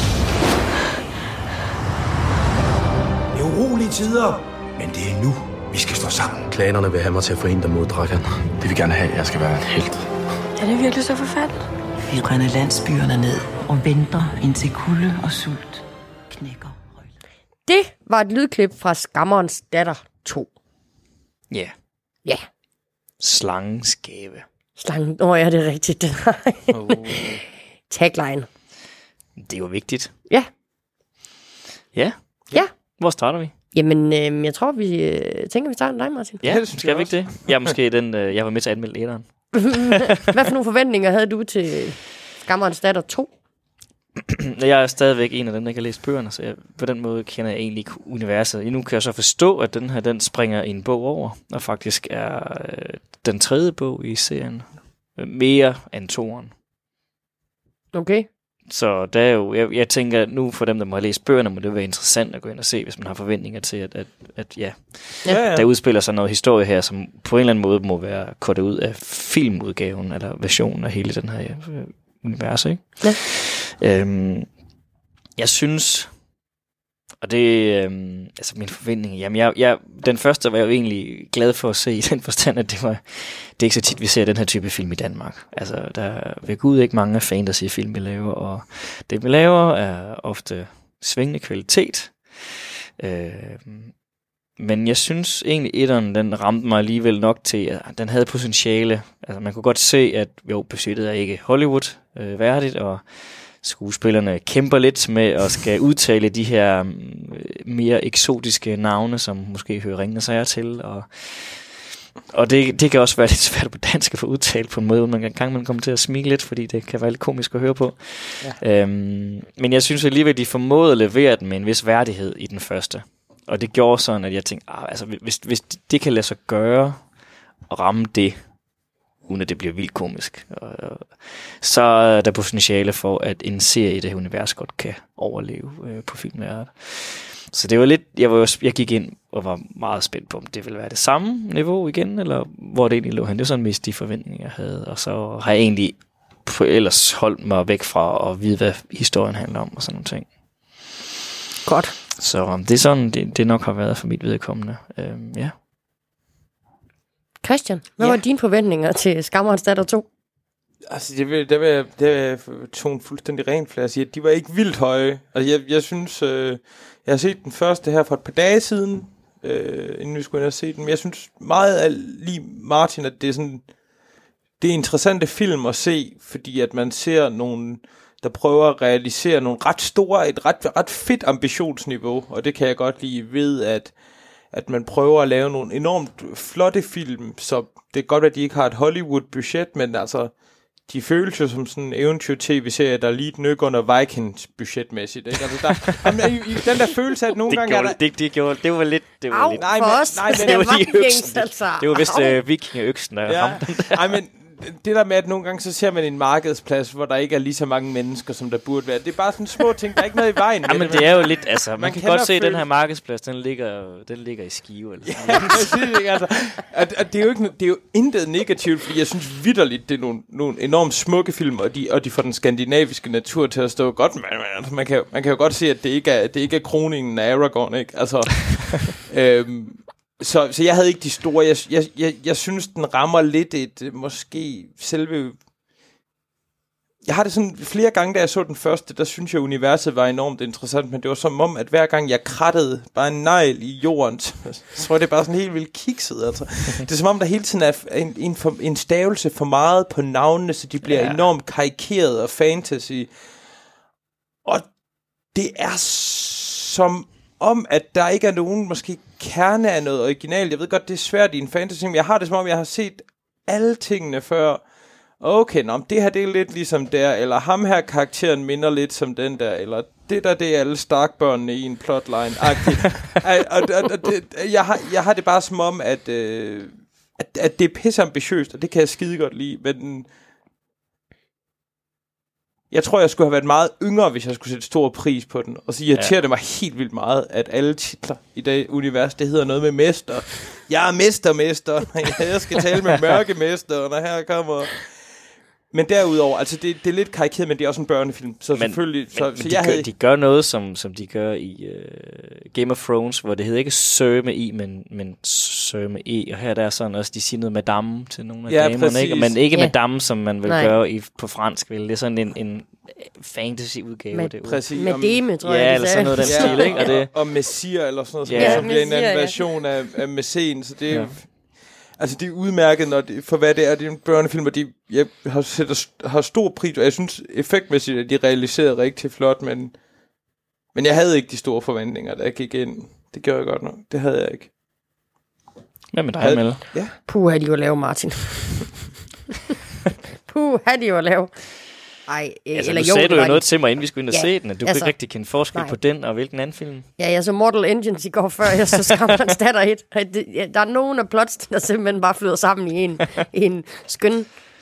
Det er urolige tider, men det er nu, vi skal stå sammen. Klanerne vil have mig til at forene dem mod Drakan. De vil gerne have, at jeg skal være en helt. Er det virkelig så forfærdeligt? Vi brænder landsbyerne ned og venter indtil kulde og sult knækker. Det var et lydklip fra Skammerens datter to. Ja. Yeah. Ja. Yeah. Slangeskæve. Slangen, åh oh, ja, det er rigtigt. oh. Tagline. Det er jo vigtigt. Ja, Ja. Ja. Hvor starter vi? Jamen, øh, jeg tror, vi øh, tænker, vi starter dig, Martin. Ja, det skal vi ikke det? Jeg er måske den, øh, jeg var med til at anmelde etteren. Hvad for nogle forventninger havde du til Skammerens Datter to? Jeg er stadigvæk en af dem, der ikke har læst bøgerne, så jeg, på den måde kender jeg egentlig ikke universet. Nu kan jeg så forstå, at den her, den springer en bog over, og faktisk er øh, den tredje bog i serien mere end toeren. Okay. Så der er jo, jeg, jeg tænker, at nu for dem, der må have læst bøgerne, må det være interessant at gå ind og se, hvis man har forventninger til, at, at, at ja, Ja, ja. der udspiller sig noget historie her, som på en eller anden måde må være kortet ud af filmudgaven, eller versionen af hele den her øh, univers, ikke? Ja. Øhm, jeg synes, og det, øhm, altså mine forventninger, jamen jeg, jeg, den første var jeg jo egentlig glad for at se i den forstand, at det var, det er ikke så tit, vi ser den her type film i Danmark. Altså, der er ved Gud ikke mange fantasyfilm, vi laver, og det vi laver er ofte svingende kvalitet. Øh, men jeg synes egentlig, etteren, den ramte mig alligevel nok til, at den havde potentiale. Altså, man kunne godt se, at jo, budgettet er ikke Hollywood øh, værdigt, og skuespillerne kæmper lidt med at skal udtale de her øh, mere eksotiske navne, som måske hører Ringenes Herre til, og Og det, det kan også være lidt svært på dansk at få udtalt på en måde, man kan man komme til at smile lidt, fordi det kan være lidt komisk at høre på. Ja. Øhm, men jeg synes alligevel, at de formåede at levere den med en vis værdighed i den første. Og det gjorde sådan, at jeg tænkte, ah, altså, hvis, hvis det kan lade sig gøre og ramme det, uden at det bliver vildt komisk, og, og, så er der potentiale for, at en serie i det her univers godt kan overleve øh, på filmværdet. Så det var lidt, jeg, var jo, jeg gik ind og var meget spændt på, om det ville være det samme niveau igen, eller hvor det egentlig lå hen. Det var sådan mest de forventninger, jeg havde. Og så har jeg egentlig ellers holdt mig væk fra at vide, hvad historien handler om og sådan nogle ting. Godt. Så det er sådan, det, det nok har været for mit vedkommende. Øhm, ja. Christian, hvad Ja. var dine forventninger til Skammerens Datter to? Altså, det vil, det vil, det vil tone fuldstændig rent for at sige, at de var ikke vildt høje. Altså, jeg, jeg synes, øh, jeg har set den første her for et par dage siden, øh, inden vi skulle ind og se den, men jeg synes meget af lige Martin, at det er sådan, det er interessante film at se, fordi at man ser nogle, der prøver at realisere nogle ret store, et ret, ret fedt ambitionsniveau, og det kan jeg godt lide ved, at at man prøver at lave nogle enormt flotte film, så det er godt, at de ikke har et Hollywood-budget, men altså, de føles jo som sådan en eventyr-tv-serie, der er lige et nyk under Vikings budgetmæssigt, ikke? Altså, der, jamen, i, i, den der følelse, at nogle Det gange gjorde, er der... det, det, gjorde, det var lidt... Det var Au, lidt Nej, for men- os. nej, men- det var de Vikings, øksen. altså. Det var vist Au. øh, vikingeøksen, der Ja, ramte den der. ej, men det der med, at nogle gange så ser man en markedsplads, hvor der ikke er lige så mange mennesker, som der burde være. Det er bare sådan små ting, der er ikke noget i vejen. Ja, men det er jo lidt, altså, man, Man kan kender godt se, at den følelsen. her markedsplads, den ligger, den ligger i Skive. Eller sådan. Ja, præcis, ikke? Altså, at, at det, er jo ikke, det er jo intet negativt, fordi jeg synes vitterligt, det er nogle, nogle enormt smukke film, og de, og de får den skandinaviske natur til at stå godt. Men, men, altså, man, kan, man kan jo godt se, at det ikke er, det ikke er kroningen af Aragorn, ikke? Altså, øhm, så, så jeg havde ikke de store. Jeg, jeg, jeg, jeg synes, den rammer lidt et, måske selve... Jeg har det sådan flere gange, da jeg så den første, der synes jeg, universet var enormt interessant, men det var som om, at hver gang jeg krattede bare en negl i jorden, så var det bare sådan helt vildt kikset. Altså. Det er som om, der hele tiden er en, en, for, en stavelse for meget på navnene, så de bliver Ja. ja. enormt karikeret og fantasy. Og det er som om, at der ikke er nogen måske kerne af noget originalt. Jeg ved godt, det er svært i en fantasy, men jeg har det som om, jeg har set alle tingene før. Okay, nå, det her det er lidt ligesom der, eller ham her karakteren minder lidt som den der, eller det der, det er alle Stark-børnene i en plotline. Ej, og, og, og det, jeg, har, jeg har det bare som om, at, øh, at, at det er pisse ambitiøst, og det kan jeg skide godt lide, men jeg tror, jeg skulle have været meget yngre, hvis jeg skulle sætte stor pris på den. Og så irriterer ja. det mig helt vildt meget, at alle titler i det univers, det hedder noget med mester. Jeg er mester, mester. Jeg skal tale med mørke mester, når her kommer... Men derudover, altså det, det er lidt karikeret, men det er også en børnefilm, så Men, selvfølgelig... Så, men, så men jeg de, gør, havde... de gør noget, som, som de gør i uh, Game of Thrones, hvor det hedder ikke Sir med I, men, men Sir med E. Og her der er sådan også, de siger noget madame til nogle af Ja, damerne, ikke? Men ikke Ja. madame, som man vil Nej. gøre i, på fransk. Vel? Det er sådan en, en fantasy-udgave. Men- det Præcis. Med om- deme, tror Ja, jeg, de eller sagde. sådan noget af den stil, ikke? Og det, og Messier eller sådan noget, som, Ja. som bliver en Messier, anden ja. version af, af Messén, så det er... Ja. Ja. Altså, det er udmærket, når det, for hvad det er. Det er en børnefilm, og de, jeg har, sætter, har stor pris, og jeg synes effektmæssigt, at de er realiseret rigtig flot, men, Men jeg havde ikke de store forventninger, da jeg gik ind. Det gjorde jeg godt nok. Det havde jeg ikke. Hvad med dig, Melle? Ja. Puh, havde de jo at lave, Martin. Puh, havde de jo at lave. Ej, altså, eller nu jo, sagde du jo de. noget til mig, inden vi skulle ind og ja, se den, at du altså, kunne ikke rigtig kende forskel nej. på den og hvilken anden film. Ja, jeg så Mortal Engines i går før, jeg så Skammerens datter et. Der er nogen af plots, der simpelthen bare flyder sammen i en, en skøn,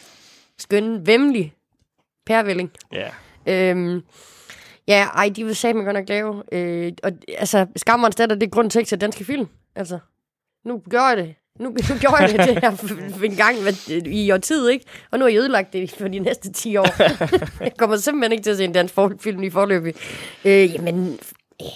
skøn, væmmelig pærevælling. Ja. Øhm, ja, ej, de vil sige, man godt nok lave. Øh, og, altså, Skammerens datter, det er grund til ikke til danske film. Altså, nu gør jeg det. Nu, nu gjorde jeg det, det her for en gang i år tid, ikke? Og nu har jeg ødelagt det for de næste ti år. Jeg kommer simpelthen ikke til at se en dansk film i forløbig. Øh, jamen, øh.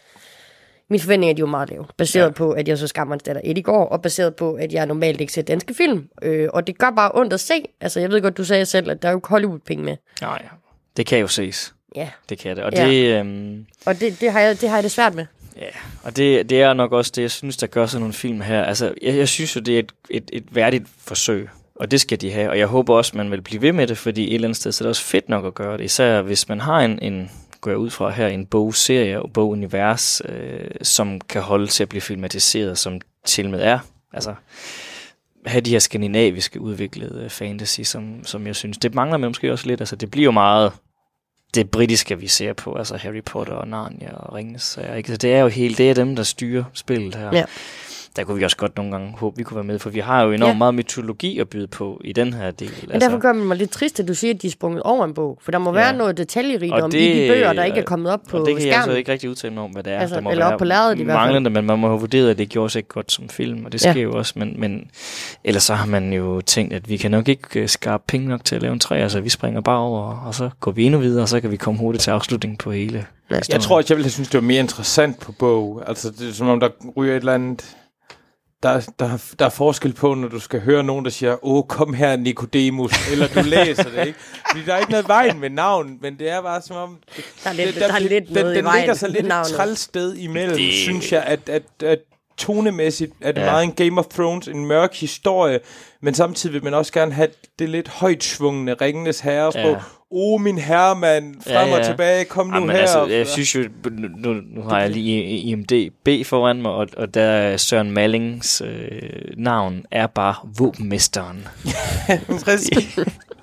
Mine forventninger, de er jo meget lave. Baseret ja. på, at jeg så Skammerens datter et i går, og baseret på, at jeg normalt ikke ser danske film. Øh, og det gør bare ondt at se. Altså, jeg ved godt, du sagde selv, at der er jo ikke Hollywood-penge med. Nej, det kan jo ses. Ja. Det kan det. Og, ja. det, øhm... og det, det, har jeg, det har jeg det svært med. Ja, og det, det er nok også det, jeg synes, der gør sådan nogle film her. Altså, jeg, jeg synes jo, det er et, et, et værdigt forsøg, og det skal de have. Og jeg håber også, man vil blive ved med det, fordi et eller andet sted, så er det også fedt nok at gøre det. Især hvis man har en, en går jeg ud fra her, en bogserie og bogunivers, øh, som kan holde til at blive filmatiseret, som til med er. Altså, have de her skandinaviske udviklede fantasy, som, som jeg synes, det mangler man måske også lidt. Altså, det bliver jo meget det britiske, vi ser på, altså Harry Potter og Narnia og Ringenes Sager, ikke? Så det er jo helt, det er dem, der styrer spillet her. Ja. Der kunne vi også godt nogle gange håbe, vi kunne være med, for vi har jo enormt ja. meget mytologi at byde på i den her del. Men altså, derfor gør man mig lidt trist, at du siger, at de er sprunget over en bog, for der må ja. være noget detaljerigdom i de bøger, der ikke er kommet op på skærmen. Og det kan skærmen. jeg så ikke rigtig udtale mig om, hvad det er. Altså, der må eller være op på lærredet i hvert fald. Manglende, men man må have vurderet, at det gjorde sig ikke godt som film, og det sker ja. jo også, men, men ellers så har man jo tænkt, at vi kan nok ikke skarpe penge nok til at lave en træ, altså vi springer bare over, og så går vi endnu videre, og så kan vi komme hurtigt til afslutningen på hele. Ja. Jeg tror, at jeg ville have synes, det var mere interessant på bog. Altså, det er som om, der ryger et eller andet. Der, der, der er forskel på, når du skal høre nogen, der siger, åh, kom her, Nicodemus, eller du læser det, ikke? Fordi der er ikke noget vejen med navn, men det er bare som om... Det, der er lidt, det, der, der er lidt den, noget den, i vejen. Den ligger så lidt et træls sted imellem, det... synes jeg, at, at, at tonemæssigt er det ja. meget en Game of Thrones, en mørk historie, men samtidig vil man også gerne have det lidt højtsvungne Ringenes Herresprog. Ja. Åh, oh, min herremand, frem ja, ja. og tilbage, kom nu Jamen, her. Altså, jeg synes jo, nu, nu har jeg lige I M D B foran mig, og, og der er Søren Mallings øh, navn er bare Våbenmesteren. Præcis.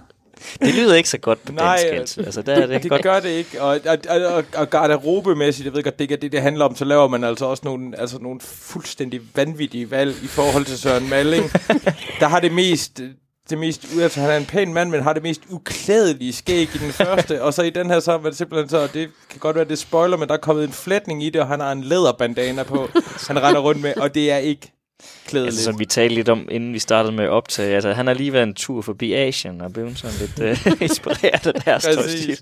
Det lyder ikke så godt på dansk, altså. altså der er det, det godt. gør det ikke. Og, og, og, og garderobemæssigt, jeg ved godt, det ikke er det, det handler om, så laver man altså også nogle, altså nogle fuldstændig vanvittige valg i forhold til Søren Malling. Der har det mest... det mest, altså han er en pæn mand, men har det mest uklædelige skæg i den første, og så i den her, så er det simpelthen så, det kan godt være, det spoiler, men der er kommet en flætning i det, og han har en læderbandana på, han render rundt med, og det er ikke klædeligt. Altså, som vi talte lidt om, inden vi startede med at optage, altså han har lige været en tur forbi Asien, og blevet sådan lidt uh, inspireret af deres tøjstil.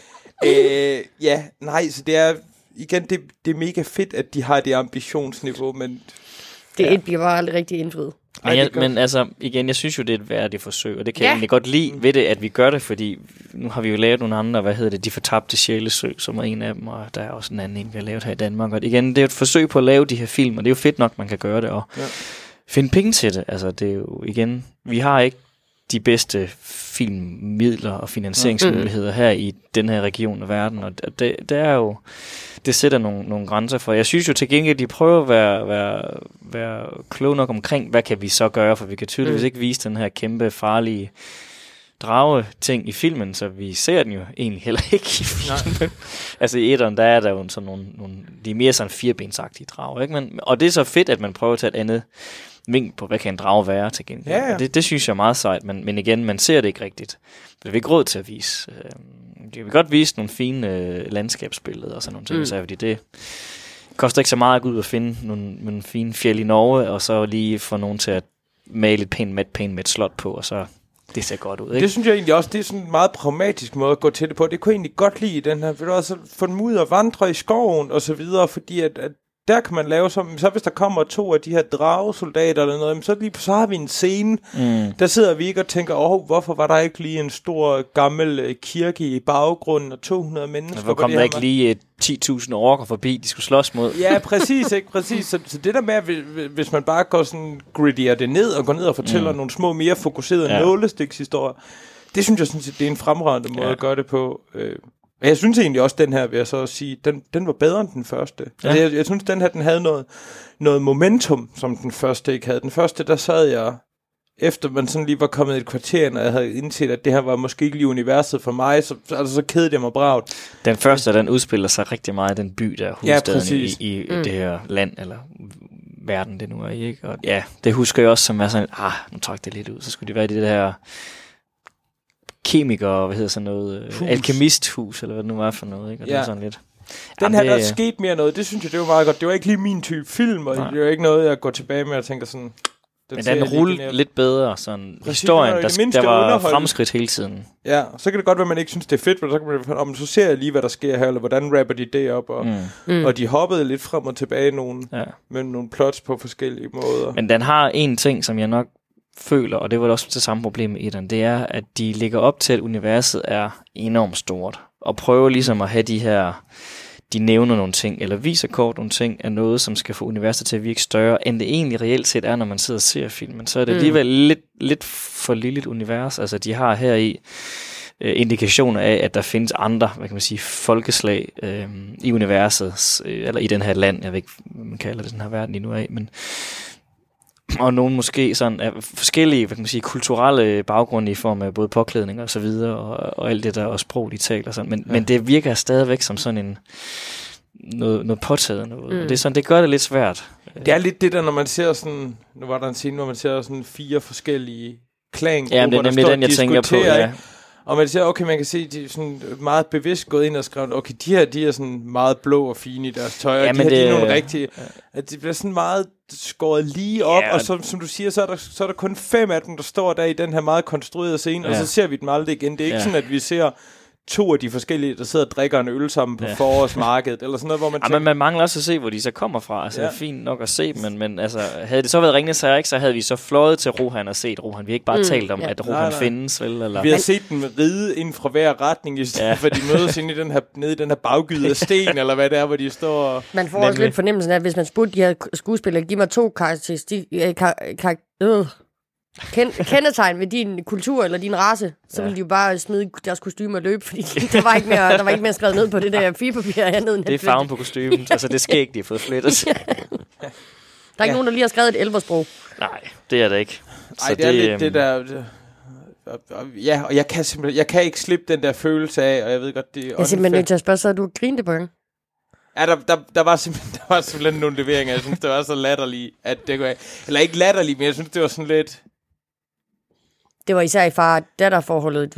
øh, ja, nej, så det er, igen, det, det er mega fedt, at de har det ambitionsniveau, men... Det ja. et bliver bare aldrig rigtig indfriet. Men, jeg, men altså, igen, jeg synes jo, det er et værdigt forsøg, og det kan ja. jeg egentlig godt lide ved det, at vi gør det, fordi nu har vi jo lavet nogle andre, hvad hedder det, De Fortabte Sjælesø, som er en af dem, og der er også en anden en, vi har lavet her i Danmark. Og igen, det er et forsøg på at lave de her film, og det er jo fedt nok, man kan gøre det, og ja. finde penge til det. Altså, det er jo igen, vi har ikke de bedste filmmidler og finansieringsmuligheder mm. her i den her region af verden, og det, det er jo... Det sætter nogle, nogle grænser for. Jeg synes jo til gengæld, at de prøver at være, være, være kloge nok omkring, hvad kan vi så gøre, for vi kan tydeligvis mm. ikke vise den her kæmpe, farlige drage-ting i filmen, så vi ser den jo egentlig heller ikke i filmen. Altså i etteren, der er der jo sådan nogle, nogle de er mere sådan firebensagtige drager, ikke? Men, og det er så fedt, at man prøver at tage et andet vinkel på, hvad kan en drage være til gengæld. Ja, ja. Det, det synes jeg er meget sejt, men, men igen, man ser det ikke rigtigt. Det er ikke råd til at vise. Jeg vil godt vise nogle fine øh, landskabsbilleder og sådan nogle ting, mm. fordi det koster ikke så meget at gå ud og finde nogle, nogle fine fjeld i Norge, og så lige få nogen til at male et pænt med, pænt med et slot på, og så det ser godt ud, ikke? Det synes jeg egentlig også, det er sådan en meget pragmatisk måde at gå til det på. Det kunne jeg egentlig godt lide i den her, vil du også få dem ud og vandre i skoven og så videre, fordi at, at der kan man lave som, så hvis der kommer to af de her dragesoldater eller noget, så lige så har vi en scene, mm. der sidder vi ikke og tænker, åh, hvorfor var der ikke lige en stor gammel kirke i baggrunden og to hundrede mennesker? Hvorfor kom der ikke lige ti tusind orker forbi, de skulle slås mod? Ja, præcis, ikke? Præcis. Så, så det der med, at hvis man bare går sådan grittier det ned og går ned og fortæller mm. nogle små, mere fokuserede ja. nålestikshistorier, det synes jeg sådan set, det er en fremragende måde ja. at gøre det på. Øh, Og jeg synes egentlig også, den her, vil jeg så sige, den, den var bedre end den første. Ja. Altså, jeg, jeg synes, den her, den havde noget, noget momentum, som den første ikke havde. Den første, der sad jeg, efter man sådan lige var kommet et kvarter, og jeg havde indset, at det her var måske ikke lige universet for mig, så, altså, så kedede jeg mig bragt. Den første, den udspiller sig rigtig meget i den by, der er hovedstaden ja, i, i mm. det her land, eller verden, det nu er, ikke? Og ja, det husker jeg også, som er sådan, ah, nu trak det lidt ud, så skulle det være det der kemikere, hvad hedder sådan noget, hus. Alkemisthus, eller hvad det nu var for noget, ikke? Og ja. Det er sådan lidt... Den her, der er sket mere noget, det synes jeg, det var meget godt. Det var ikke lige min type film, og nej. Det var ikke noget, jeg går tilbage med og tænker sådan... Den men den rullede lidt bedre, sådan præcis, historien, der, der, der var fremskridt hele tiden. Ja, så kan det godt være, at man ikke synes, det er fedt, men så, kan man, om, så ser jeg lige, hvad der sker her, eller hvordan rapper de det op, og, mm. og de hoppede lidt frem og tilbage nogle, ja. Med nogle plots på forskellige måder. Men den har en ting, som jeg nok føler, og det var også det samme problem i den, det er, at de ligger op til, at universet er enormt stort, og prøver ligesom at have de her... de nævner nogle ting, eller viser kort nogle ting af noget, som skal få universet til at virke større, end det egentlig reelt set er, når man sidder og ser filmen. Så er det alligevel mm. lidt, lidt for lille et univers. Altså, de har her i øh, indikationer af, at der findes andre, hvad kan man sige, folkeslag øh, i universet, øh, eller i den her land, jeg ved ikke, hvad man kalder det, den her verden lige nu af, men og nogen måske sådan af forskellige, hvad kan man sige, kulturelle baggrunde i form af både påklædning og så videre, og, og alt det der, og sprog, de taler sådan, men, ja. Men det virker stadigvæk som sådan en noget, noget påtaget noget, mm. og det er sådan, det gør det lidt svært. Det er lidt det der, når man ser sådan, nu var der en scene, hvor man ser sådan fire forskellige klangrupper, ja, det er nemlig den, jeg tænker på, ja. Og man siger, okay, man kan se, de er sådan meget bevidst gået ind og skrevet, okay, de her, de er sådan meget blå og fine i deres tøj, ja, og de her, det, de er nogle rigtige, ja. At de bliver sådan meget skåret lige op, ja, og så, som du siger, så er, der, så er der kun fem af dem, der står der i den her meget konstruerede scene, ja. Og så ser vi dem aldrig igen. Det er ikke ja. Sådan, at vi ser to af de forskellige, der sidder og drikker en øl sammen på ja. Forårsmarkedet, eller sådan noget, hvor man tænker... Ja, men man mangler også at se, hvor de så kommer fra. Altså, ja. Det er fint nok at se, men, men altså, havde det så været Ringenes Herre, ikke, så havde vi så fløjet til Rohan og set Rohan. Vi har ikke bare mm, talt om, ja. At Rohan nej, nej. Findes, vel? Eller... Vi har set dem ride ind fra hver retning, i stedet ja. For de mødes inde i den her, nede i den her baggyde af sten, eller hvad det er, hvor de står og... Man får også lidt fornemmelsen af, at hvis man spurgte de her skuespillere, giv mig to karakteristik... Kar- kar- øh. Ken- kendetegn ved din kultur eller din race, så ja. Ville de jo bare smide deres kostyme og løbe, fordi der var ikke mere, der var ikke mere skrevet ned på det der firepapir hernede. Det er farven på kostymen, altså det skal ikke, de har fået flettet. Ja. Der er ikke ja. Nogen, der lige har skrevet et elversprog. Nej, det er det ikke. Nej, det, det er lidt øhm... det der... Det, ja, og jeg kan simpelthen, jeg kan ikke slippe den der følelse af, og jeg ved godt, det er... Jeg er simpelthen nødt til at spørge, så du grinte på gang. Ja, der, der, der, var simpelthen, der var simpelthen nogle leveringer, jeg synes, det var så latterlige, at det kunne... Eller ikke latterlige, men jeg synes, det var sådan lidt... Det var især i far-datter-forholdet.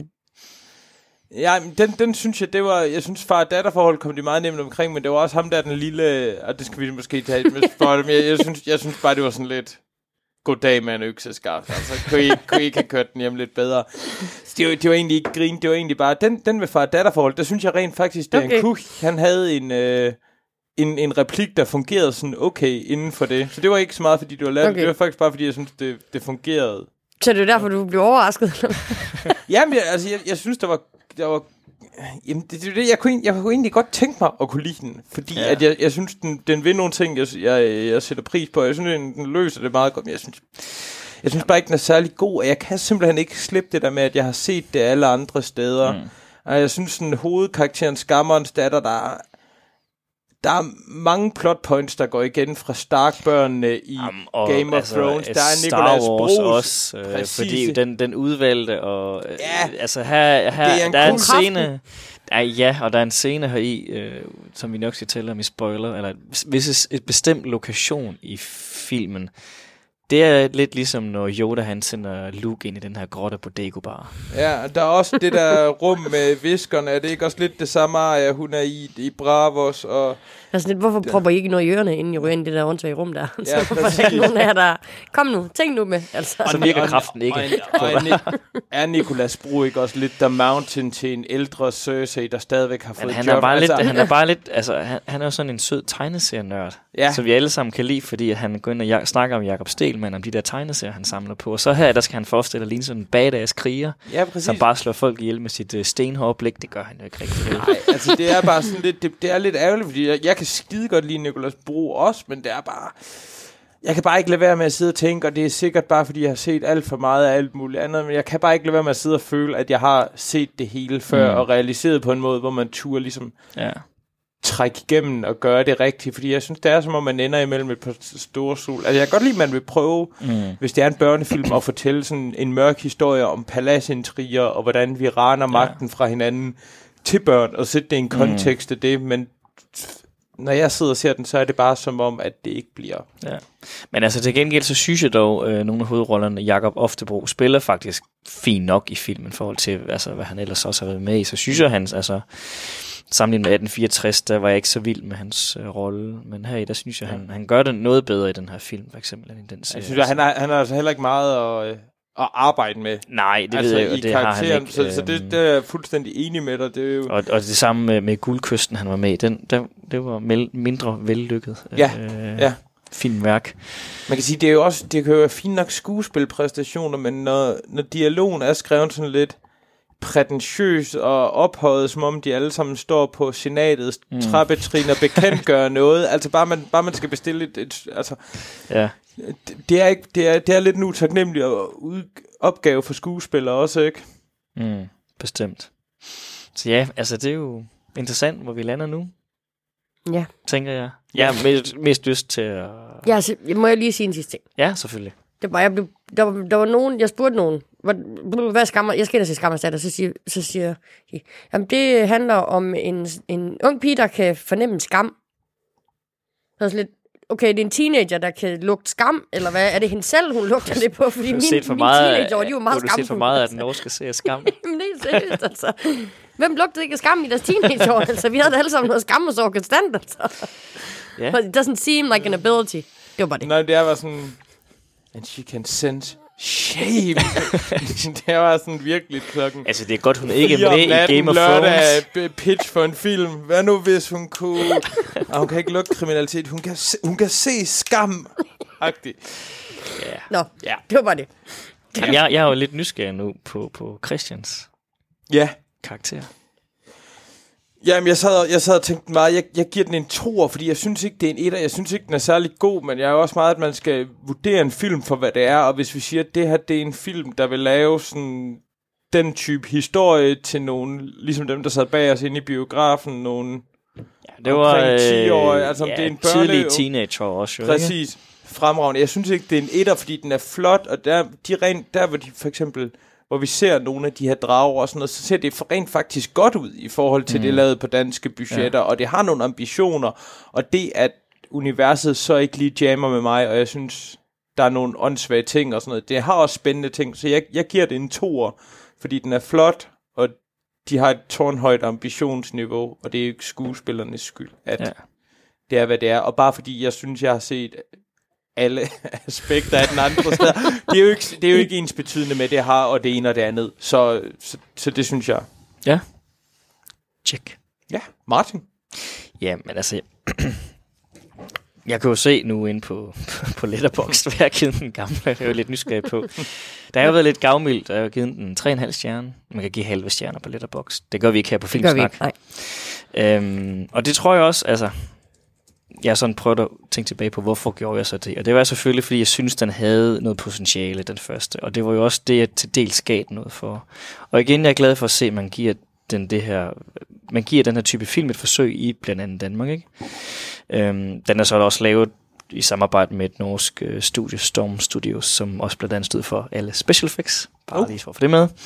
Ja, den, den synes jeg, det var... Jeg synes, far-datter-forholdet kom de meget nemt omkring, men det var også ham der, den lille... Og det skal vi måske tage med for dem. Jeg, jeg, synes, jeg synes bare, det var sådan lidt... Goddag med en økseskaft. Altså, kunne I, kunne I ikke have kørt den hjem lidt bedre? Det var, det var egentlig ikke grin, det var egentlig bare... Den, den med far-datter-forholdet, der synes jeg rent faktisk, det okay. Cook, han havde en... Øh, En, en replik, der fungerede sådan okay inden for det. Så det var ikke så meget, fordi du var lavet okay. Det var faktisk bare, fordi jeg synes, det, det fungerede. Så det er derfor, du blev overrasket? Jamen, jeg, altså, jeg, jeg synes, der var... Der var jamen, det, det, det, jeg, kunne, jeg kunne egentlig godt tænke mig at kunne lide den. Fordi ja. At jeg, jeg synes, den, den vil nogle ting, jeg, jeg, jeg sætter pris på. Jeg synes, den, den løser det meget godt. Men jeg synes, jeg synes bare ikke, den er særlig god. Og jeg kan simpelthen ikke slippe det der med, at jeg har set det alle andre steder. Mm. Og jeg synes, den hovedkarakteren Skammerens datter, der Der er mange plot points, der går igen fra Stark-børnene i um, Game of altså, Thrones. Der er Nicholas Bros. Også, øh, fordi den, den udvalgte, og øh, ja, altså her, her er der er en scene... Ja, ja, og der er en scene her i, øh, som vi nok skal tælle om i spoiler, eller hvis et bestemt lokation i filmen. Det er lidt ligesom, når Yoda han sender Luke ind i den her grotte på Dagobah. Ja, der er også det der rum med viskerne. Er det ikke også lidt det samme, at hun er i, i Bravos? Og altså lidt, hvorfor propper I ikke noget i ørerne, inden I ryger ind i det der åndssvage rum der? Ja, så hvorfor er der nogen af jer, der... Kom nu, tænk nu med. Altså. Og så virker og, kraften ikke. Og, og, og, og er Nicholas Bro ikke også lidt The Mountain til en ældre Cersei, der stadigvæk har fået han job? Er bare altså, lidt, han er bare lidt... Altså, han, han er jo sådan en sød tegneserienørd, ja. Som vi alle sammen kan lide, fordi han går ind og ja, snakker om Jakob Stelman, om de der tegneserier, han samler på. Og så her, der skal han forestille at ligne sådan en badass kriger, ja, som bare slår folk ihjel med sit uh, stenhårde blik. Det gør han jo ikke rigtig. Nej, altså det er bare sådan lidt... Det, det er lidt ærgerligt, fordi jeg, jeg kan skide godt lide Nicholas Bro også, men det er bare... jeg kan bare ikke lade være med at sidde og tænke, og det er sikkert bare, fordi jeg har set alt for meget af alt muligt andet, men jeg kan bare ikke lade være med at sidde og føle, at jeg har set det hele før, mm. og realiseret på en måde, hvor man turde ligesom ja. trække igennem og gøre det rigtigt, fordi jeg synes, det er som om, man ender imellem et par store sol. Altså, jeg kan godt lide, at man vil prøve, mm. hvis det er en børnefilm, at fortælle sådan en mørk historie om paladsintriger, og hvordan vi raner magten ja. fra hinanden til børn, og sætte det i en kontekst mm. af det, men når jeg sidder og ser den, så er det bare som om, at det ikke bliver. Ja. Men altså til gengæld, så synes jeg dog, øh, nogle af hovedrollerne, Jakob Oftebro, spiller faktisk fint nok i filmen, i forhold til, altså, hvad han ellers også har været med i. Så synes jeg, hans, altså, sammenlignet med atten fireogtres, der var jeg ikke så vild med hans øh, rolle. Men her i, der synes jeg, han, han gør det noget bedre i den her film, for eksempel, end i den serie. Jeg synes, at han, har, han har altså heller ikke meget at... Øh at arbejde med. Nej, det altså ved jeg jo, det har han ikke. Så, så det, det er jeg fuldstændig enig med dig. Det er jo og, og det samme med, med Guldkysten, han var med i. Den, der, det var mel, mindre vellykket ja, øh, ja. filmværk. Man kan sige, det er jo også, det kan jo være fint nok skuespilpræstationer, men når, når dialogen er skrevet sådan lidt prætentiøs og ophøjet, som om de alle sammen står på senatets mm. trappetrin og bekendtgør noget. Altså bare man, bare man skal bestille et... et altså, ja. det, det, er ikke, det, er, det er lidt en utaknemmelig opgave for skuespillere også, ikke? Mm, bestemt. Så ja, altså det er jo interessant, hvor vi lander nu. Ja. Tænker jeg. Jeg har mest, mest lyst til at... Ja, altså, må jeg lige sige en sidste ting? Ja, selvfølgelig. Det var, jeg blev, der, var, der var nogen, jeg spurgte nogen, hvad, hvad skammer, jeg skal ind og se Skammerstatter, så siger, så siger jeg, jamen det handler om en, en ung pige, der kan fornemme skam. Så lidt, okay, det er en teenager, der kan lugte skam, eller hvad? Er det hende selv, hun lugter det på? Fordi min, min teenager, de er jo meget skamfulde. Du har set for meget af den norske serie Skam. Jamen det er seriøst, altså. Hvem lugtede ikke af skam i deres teenageår? Altså, vi havde da alle sammen noget skam og så konstant, altså. Yeah. It doesn't seem like an ability. Det var bare det. Nej, det er bare sådan... And she can sense shame. Det var sådan virkelig klokken. Altså, det er godt, hun ikke er med i Game of Thrones. Lørdag pitch for en film. Hvad nu, hvis hun kunne... Og hun kan ikke lugte kriminalitet. Hun kan se, hun kan se skam. Agtigt. Yeah. Nå, ja. Det var bare det. Jamen, jeg, jeg er jo lidt nysgerrig nu på, på Christians ja. karakter. Jamen, jeg sad, jeg sad og tænkte meget, jeg, jeg giver den en toer, fordi jeg synes ikke, det er en etter. Jeg synes ikke, den er særlig god, men jeg er også meget, at man skal vurdere en film for, hvad det er. Og hvis vi siger, at det her, det er en film, der vil lave sådan den type historie til nogen, ligesom dem, der sad bag os inde i biografen, nogen ja, det var ti år. Altså, ja, det er en børne, tidlige teenager også. Jo, præcis. Ikke? Fremragende. Jeg synes ikke, det er en etter, fordi den er flot, og der, de rent, der hvor de for eksempel... hvor vi ser nogle af de her drager og sådan noget, så ser det rent faktisk godt ud i forhold til mm. det lavet på danske budgetter, ja. Og det har nogle ambitioner, og det at universet så ikke lige jammer med mig, og jeg synes, der er nogle åndssvage ting og sådan noget. Det har også spændende ting, så jeg, jeg giver det en toer, fordi den er flot, og de har et tårnhøjt ambitionsniveau, og det er ikke skuespillernes skyld, at ja. det er, hvad det er. Og bare fordi jeg synes, jeg har set... alle aspekter af den andre sted. Det er jo ikke, det er jo ikke ens betydende med det har og det ene og det andet. Så, så, så det synes jeg. Ja. Check. Ja, Martin. Ja, men altså... jeg kan jo se nu inde på, på Letterboxd, hvad jeg har givet den gamle. Jeg er jo lidt nysgerrig på. Der har jo været lidt gavmildt, og jeg har givet den tre komma fem stjerne. Man kan give halve stjerner på Letterboxd. Det gør vi ikke her på Filmsnak. Det gør vi ikke, nej. Øhm, og det tror jeg også, altså... Jeg har sådan prøvet at tænke tilbage på, hvorfor gjorde jeg så det? Og det var selvfølgelig, fordi jeg synes, den havde noget potentiale, den første. Og det var jo også det, jeg til dels gav noget for. Og igen, jeg er glad for at se, at man giver den, det her, man giver den her type film et forsøg i blandt andet Danmark. Ikke? Øhm, den er så også lavet i samarbejde med et norsk øh, studie, Storm Studios, som også blandt andet stod for alle special effects. Bare oh. lige for at få det med.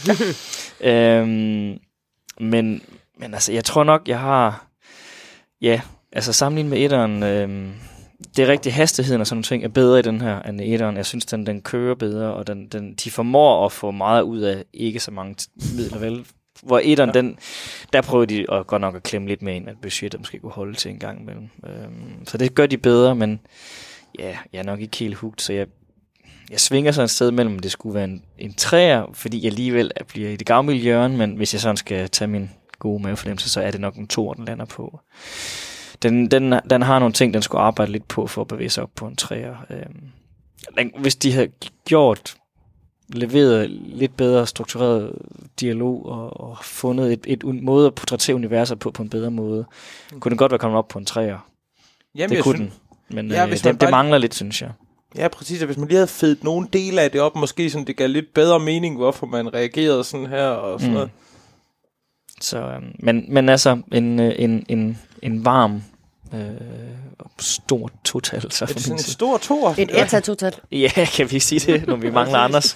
øhm, men, men altså, jeg tror nok, jeg har... Ja... Altså sammenlignet med etteren, øh, det er rigtig hastigheden og sådan nogle ting er bedre i den her end i etteren. Jeg synes, den, den kører bedre, og den, den, de formår at få meget ud af ikke så mange midler, vel? Hvor etteren, ja. den, der prøver de at, godt nok at klemme lidt med ind, at budgettet måske kunne holde til en gang imellem. Øh, så det gør de bedre, men ja, jeg er nok ikke helt hugt, så jeg, jeg svinger sådan et sted mellem, at det skulle være en, en træer, fordi jeg alligevel bliver i det gavmilde hjørne, men hvis jeg sådan skal tage min gode mavefornemmelse, så er det nok en toer, den lander på. Den, den, den har nogle ting, den skulle arbejde lidt på, for at bevæge sig op på en træer. Øhm, hvis de havde gjort, leveret lidt bedre struktureret dialog, og, og fundet et, et måde at portrættere universer på, på en bedre måde, mm. kunne den godt være kommet op på en træer. Jamen, det kunne synes, den. Men ja, øh, det, det mangler lidt, synes jeg. Ja, præcis. Hvis man lige havde fedt nogle dele af det op, måske sådan, det gav lidt bedre mening, hvorfor man reagerede sådan her og sådan mm. noget. Så, øhm, men, men altså, en, en, en, en varm, øh, stor total. Så er det sådan en stor toer? Et eta total. Ja, kan vi sige det, når vi mangler Anders?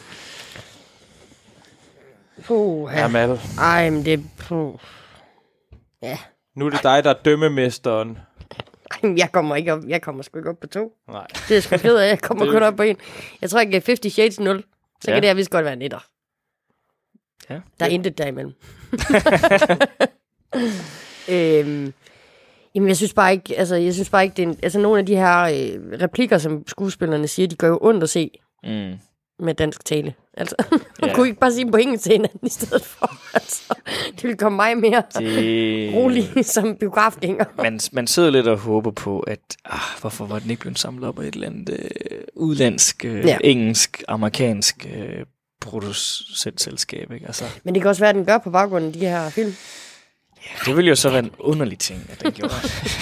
Puh, ja. Jamen, ej, men det... Puh. Ja. Nu er det dig, der er dømmemesteren. Jeg kommer ikke op. Jeg kommer sgu ikke op på to. Nej. Det er sgu ked af. Jeg kommer kun op på en. Jeg tror, jeg giver Fifty Shades nul. Så ja. kan det her vist godt være en etter. Ja. Der er ja. intet derimellem. øhm, jamen, jeg synes bare ikke, altså, jeg synes bare ikke, det er en, altså, nogle af de her øh, replikker, som skuespillerne siger, de gør jo ondt at se mm. med dansk tale. Altså, man yeah. kunne ikke bare sige på engelsk til hinanden i stedet for. Altså, det ville komme mig mere det... rolig som biografgænger. Man, man sidder lidt og håber på, at ah, hvorfor var den ikke blevet samlet op af et eller andet øh, udlandsk, øh, ja. engelsk, amerikansk øh, producentselskab, ikke? Altså. Men det kan også være, at den gør på baggrund af de her film. Ja, det ville jo så være en underlig ting, at den gjorde.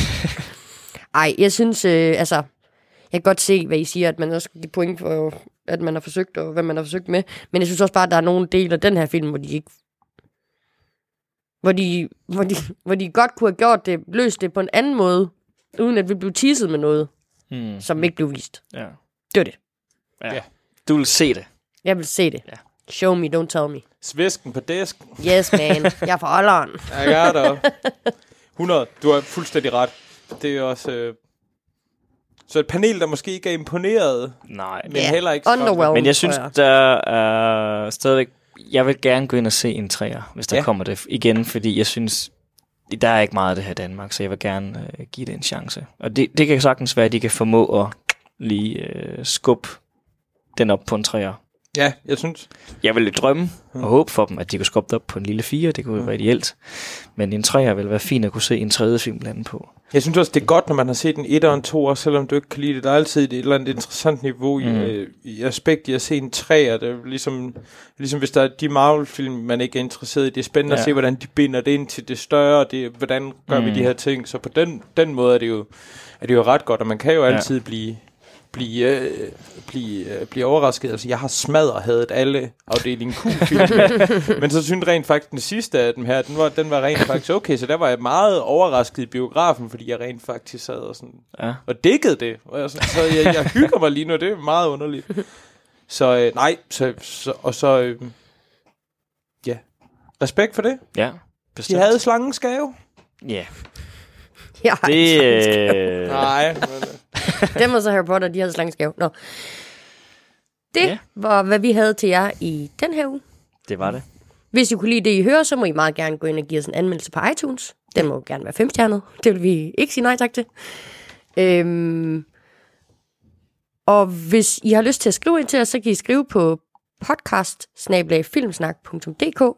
Ej, jeg synes, øh, altså, jeg kan godt se, hvad I siger, at man også skal give point for, at man har forsøgt, og hvad man har forsøgt med. Men jeg synes også bare, at der er nogle dele af den her film, hvor de ikke, hvor de, hvor de, hvor de godt kunne have gjort det, løst det på en anden måde, uden at vi blev teaset med noget, hmm. som ikke blev vist. Ja. Det var det. Ja. Ja. Du vil se det. Jeg vil se det. Ja. Show me, don't tell me. Svisken på disken. Yes, man. Jeg er fra Ålderen. Jeg gør det. hundrede. Du har fuldstændig ret. Det er også... Øh... Så et panel, der måske ikke er imponeret. Nej. Men yeah. heller ikke så. Men jeg synes, jeg. der er stadigvæk... Jeg vil gerne gå ind og se en træer, hvis der ja. kommer det igen, fordi jeg synes, der er ikke meget af det her i Danmark, så jeg vil gerne øh, give det en chance. Og det, det kan sagtens være, at de kan formå at lige øh, skubbe den op på en træer. Ja, jeg synes. Jeg ville drømme og håbe for dem, at de kunne skubbe det op på en lille fire. Det kunne jo være ideelt. Men en træer ville være fint at kunne se en tredje film lande på. Jeg synes også, det er godt, når man har set en etter og en toer, selvom du ikke kan lide det. Der er altid et eller andet interessant niveau mm. i, i aspekt i at se en træer. Det er ligesom, ligesom hvis der er de Marvel-film, man ikke er interesseret i. Det er spændende ja. at se, hvordan de binder det ind til det større. Det, hvordan gør mm. vi de her ting. Så på den, den måde er det, jo, er det jo ret godt, og man kan jo altid ja. blive... Blive, øh, blive, øh, blive overrasket. Altså, jeg har smadret hadet alle afdeling Q-film. Men så synes jeg rent faktisk, den sidste af dem her, den var, den var rent faktisk okay. Så der var jeg meget overrasket i biografen, fordi jeg rent faktisk sad og, sådan, ja. og dækkede det. Og jeg, så jeg, jeg hygger mig lige nu, det er meget underligt. Så øh, nej, så, så, og så... Øh, ja, respekt for det. Ja, bestemt. De havde slangens gave. Ja. Yeah. Ja, det... Øh... Nej, men... Dem og så Harry Potter, de havde slangsgave. Nå. Det ja. var, hvad vi havde til jer i den her uge. Det var det. Hvis I kunne lide det, I hører, så må I meget gerne gå ind og give os en anmeldelse på iTunes. Den må gerne være femstjernet. Det vil vi ikke sige nej tak til. Øhm, og hvis I har lyst til at skrive ind til os, så kan I skrive på podcast bindestreg filmsnak punktum d k.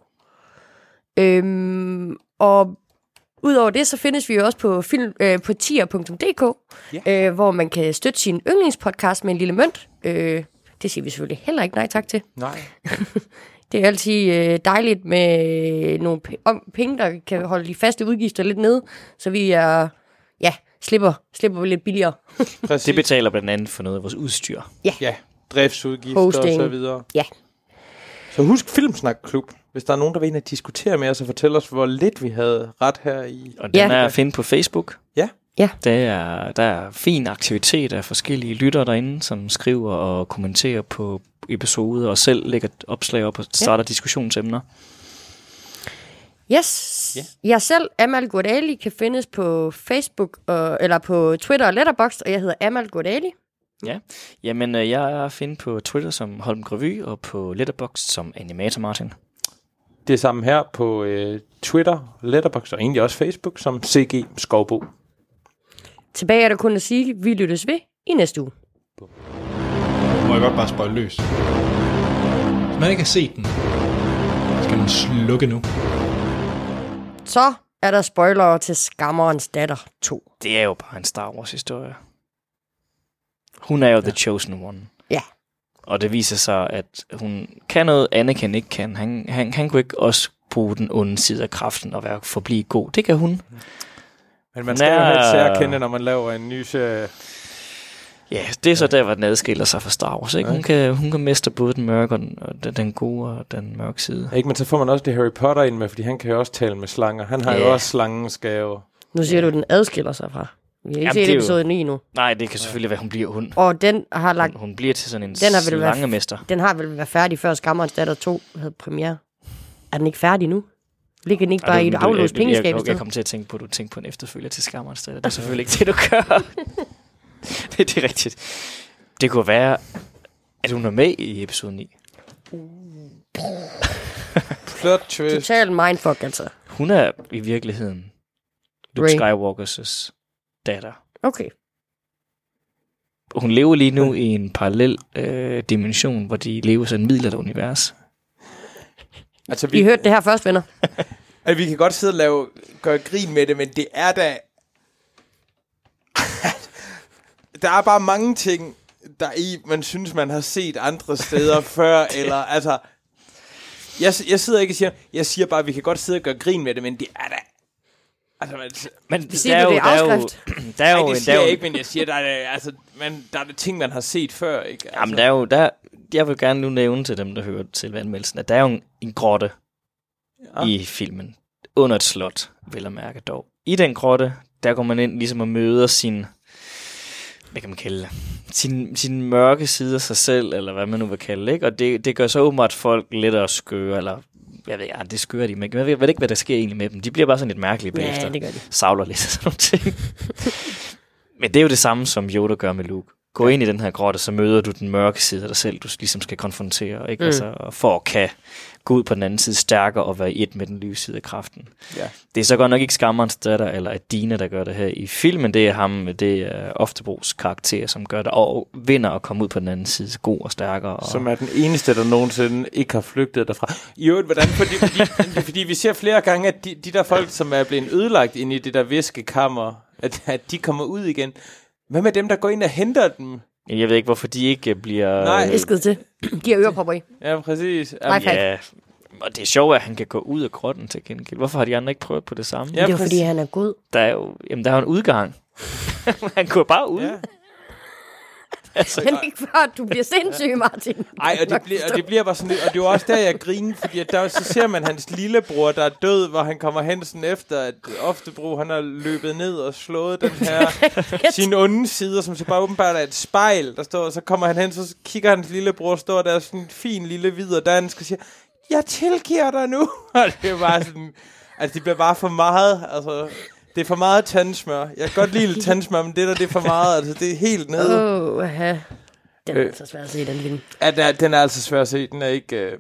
Øhm, og udover det, så findes vi jo også på, film, øh, på tier punktum d k, yeah. øh, hvor man kan støtte sin yndlingspodcast med en lille mønt. Øh, det siger vi selvfølgelig heller ikke nej tak til. Nej. Det er altid øh, dejligt med nogle p- om, penge, der kan holde de faste udgifter lidt nede, så vi er, ja, slipper, slipper lidt billigere. Det betaler blandt andet for noget af vores udstyr. Ja. Ja, driftsudgifter Hosting. og så videre. Ja. Så husk Filmsnak-klub, hvis der er nogen, der vil ind og diskutere med os og fortælle os, hvor lidt vi havde ret her i. Og den ja. er at finde på Facebook. Ja. Ja. Der er, der er fin aktivitet af forskellige lyttere derinde, som skriver og kommenterer på episoder, og selv lægger opslag op og starter ja. diskussionsemner. Yes. Yeah. Jeg selv, Amal Gordali, kan findes på Facebook, og, eller på Twitter og Letterboxd, og jeg hedder Amal Gordali. Ja, jamen jeg er at finde på Twitter som Holm Grevy, og på Letterboxd som Animator Martin. Det er sammen her på øh, Twitter, Letterboxd og egentlig også Facebook som C G Skovbo. Tilbage er der kun at sige, vi lyttes ved i næste uge. Må jeg godt bare spoil løs. Hvis man ikke har set den, skal man slukke nu. Så er der spoilere til Skammerens datter to. Det er jo bare en Star Wars historie. Hun er jo ja. the chosen one. Ja. Og det viser sig, at hun kan noget, Anakin ikke kan. Han, han, han kunne ikke også bruge den onde side af kraften og være forblive god. Det kan hun. Men man skal er... jo helst erkende, når man laver en ny serie. Ja, det er så der, hvor den adskiller sig fra Star Wars, ikke? Ja. Hun kan, hun kan mestre både den mørke og den, og den, den gode og den mørke side. Ikke, men så får man også det Harry Potter ind med, fordi han kan jo også tale med slanger. Han har Ja. jo også slangens gave. Nu siger du, at den adskiller sig fra. Vi har ikke Jamen, set det er jo- episode ni nu. Nej, det kan selvfølgelig være, hun bliver hun. Og den har lagt... Hun, hun bliver til sådan en Den har vel været- slangemester. Den har vel været færdig, før Skammerens Datter to havde premiere. Er den ikke færdig nu? Ligger den ikke bare Ej, i et du- du- aflåst jeg- pengeskab i Jeg, jeg stedet? kommer til at tænke på, at du tænker på en efterfølger til Skammerens Datter. Det er selvfølgelig ikke det, du gør. det, det er rigtigt. Det kunne være, at hun er med i episode ni. Plot twist. Total mindfuck, altså. Hun er i virkeligheden Luke Rey. Skywalkers datter. Okay. Hun lever lige nu i en parallel øh, dimension, hvor de lever sådan et middelalderunivers. Altså, Vi hørte det her først, venner. at vi kan godt sidde og lave, gøre grin med det, men det er da... der er bare mange ting, der i, man synes, man har set andre steder før, eller altså... Jeg, jeg sidder ikke og siger... Jeg siger bare, at vi kan godt sidde og gøre grin med det, men det er da... Altså, man, Men Siger du, det er afskrift? Der er jo, nej, der det siger er jo, jeg ikke, men jeg siger, der er, altså, man, der er det ting, man har set før, ikke? Altså, jamen, der er jo, der, jeg vil gerne nu nævne til dem, der hører til anmeldelsen, at der er jo en, en grotte ja. i filmen, under et slot, vel at mærke dog. I den grotte, der går man ind ligesom og møder sin, hvad kan man kalde det, sin, sin mørke side af sig selv, eller hvad man nu vil kalde det, ikke? Og det, det gør så åbenbart folk lettere skøre, eller jeg ved, ja, det skører de, men jeg ved, jeg ved ikke, hvad der sker egentlig med dem. De bliver bare sådan lidt mærkelige bagefter. Ja, det gør de. Savler lidt og sådan nogle ting. Men det er jo det samme, som Yoda gør med Luke. Gå ind i den her grotte, så møder du den mørke side af dig selv, du ligesom skal konfrontere, ikke? Mm. Altså, for at kan gå ud på den anden side stærkere og være i et med den lyse side af kraften. Ja. Det er så godt nok ikke Skammerens Datter eller Adina, der gør det her i filmen. Det er ham, det er Oftebros karakter, som gør det, og vinder at komme ud på den anden side, god og stærkere. Og Som er den eneste, der nogensinde ikke har flygtet derfra. I øvrigt, hvordan? Fordi, fordi, fordi vi ser flere gange, at de, de der folk, som er blevet ødelagt ind i det der viskekammer, at, at de kommer ud igen. Hvad med dem, der går ind og henter dem? jeg ved ikke, hvorfor de ikke bliver... Nej. Æsket til. De har ørepropper i. Ja, præcis. Nej, Jamen, Ja, og det er sjovt, at han kan gå ud af grotten til gengæld. Hvorfor har de andre ikke prøvet på det samme? Ja, Det er jo præcis. fordi, han er god. Der er jo, jamen, der er jo en udgang. Han går bare ud. Ja. Men ikke før, du bliver sindssyg, Martin. Ej, og det, bliver, og det bliver bare sådan lidt, og det er jo også der, jeg griner, fordi at der, så ser man hans lillebror, der er død, hvor han kommer hen sådan efter, at Oftebro, han har løbet ned og slået den her, sin onde side, som så bare åbenbart er et spejl, der står, og så kommer han hen, så kigger hans lillebror, står der sådan en fin lille hvid og dansk, og siger, jeg tilgiver dig nu, og det er bare sådan, altså det bliver bare for meget, altså... Det er for meget tandsmør. Jeg kan godt lide lidt tandsmør, men det der, det er for meget. Altså, det er helt nede. Åh, oh, den er Øh. altså svær at se, den film. Ja, den er, den er altså svær at se. Den er ikke... Øh...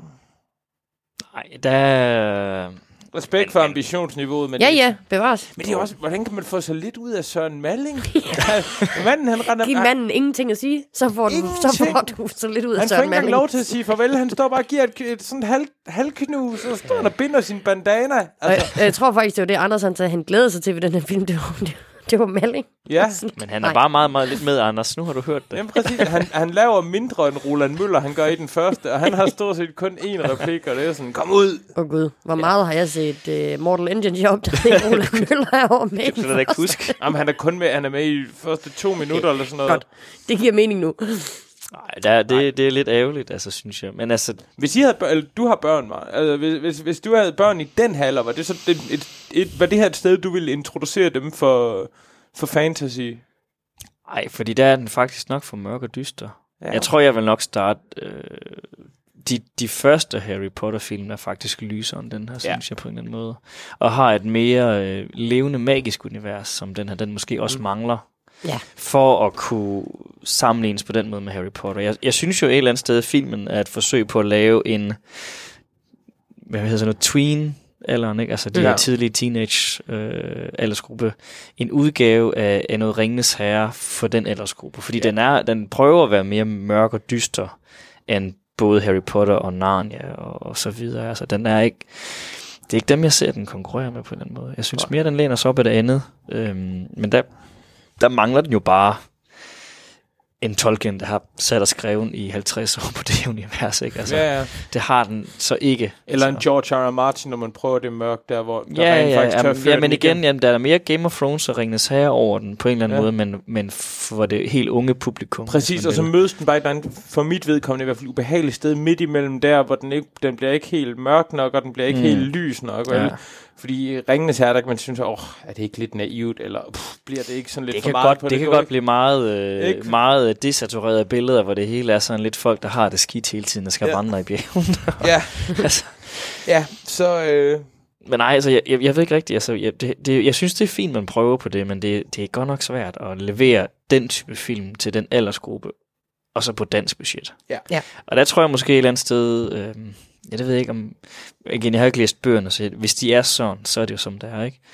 Nej, der er... Respekt for ambitionsniveauet, men... Ja, ja, bevares. Men det er også, hvordan kan man få så lidt ud af Søren Malling? Manden, han render... Giv manden ingenting at sige, så får du, så Ingenting. får du så lidt ud af Han får Søren ikke engang Malling. lov til at sige farvel. Han står bare og giver et, et sådan halv, halvknus, og står han og binder sin bandana. Og Altså, jeg, jeg tror faktisk, det var det, Anders han sagde, han glæder sig til ved den her film. Det var, det, det var Malling. ja, Men han er Nej. bare meget, meget lidt med, Anders. Nu har du hørt det. jamen præcis. Han, han laver mindre end Roland Møller, han gør i den første, og han har stort set kun én replik, og det er sådan, kom ud! Åh oh, gud, hvor meget har jeg set uh, Mortal Engine job, der er Roland Møller herovre med. Det kan jeg da ikke huske. Jamen, han er kun med, han er med i de første to minutter, eller sådan noget. Godt. Det giver mening nu. Nej, der, det, det er lidt ærgerligt, altså, synes jeg. Men altså, Hvis I havde børn, eller du har børn, Mar, altså, hvis, hvis, hvis du havde børn i den her alder, var det så et, et, et, var det her et sted, du ville introducere dem for, for fantasy? ej, fordi der er den faktisk nok for mørk og dyster. Ja. Jeg tror, jeg vil nok starte... Øh, de, de første Harry Potter-film er faktisk lysere end den her, Ja. synes jeg på en eller anden måde. Og har et mere øh, levende, magisk univers, som den her, den måske også Mm. mangler. Ja. For at kunne sammenlignes på den måde med Harry Potter. Jeg, jeg synes jo et eller andet sted, at filmen er et forsøg på at lave en, hvad hedder sådan noget, tween alderen, ikke? Altså de Ja. her tidlige teenage øh, aldersgruppe, en udgave af, af noget Ringenes Herre for den aldersgruppe, fordi ja. den er, den prøver at være mere mørk og dyster end både Harry Potter og Narnia og, og så videre. Altså den er ikke, det er ikke dem jeg ser den konkurrere med på den måde. Jeg synes mere den læner sig op af det andet, øhm, men der der mangler den jo bare en Tolkien, der har sat og skrevet i halvtreds år på det univers, ikke? Altså, ja, ja. Det har den så ikke. Eller altså. en George R. R. Martin, når man prøver det mørkt der, hvor der ja, rent ja, faktisk tør ja, føre ja, men den igen, jamen, der er mere Game of Thrones og Ringenes Herre over den, på en eller anden ja. måde, men, men for det helt unge publikum. Præcis, og så mødes den bare et andet, for mit vedkommende i hvert fald ubehageligt sted midt imellem der, hvor den, ikke, den bliver ikke helt mørk nok, og den bliver ikke mm. helt lys nok, ja. Fordi Ringenes Herre, der kan man synes, åh, oh, er det ikke lidt naivt, eller pff, bliver det ikke sådan lidt det for meget godt, på det? Det kan godt blive meget, øh, meget desaturerede billeder, hvor det hele er sådan lidt folk, der har det skidt hele tiden, der skal ja. vandre i bjergene. ja. altså. ja, så... Øh... Men nej, altså, jeg, jeg, jeg ved ikke rigtigt, altså, jeg, det, det, jeg synes, det er fint, man prøver på det, men det, det er godt nok svært at levere den type film til den aldersgruppe, og så på dansk budget. Ja. ja. Og der tror jeg måske et eller andet sted... Øh, Ja, det ved jeg ikke om... Igen, jeg har ikke læst bøgerne, så hvis de er sådan, så er det jo som det er, ikke?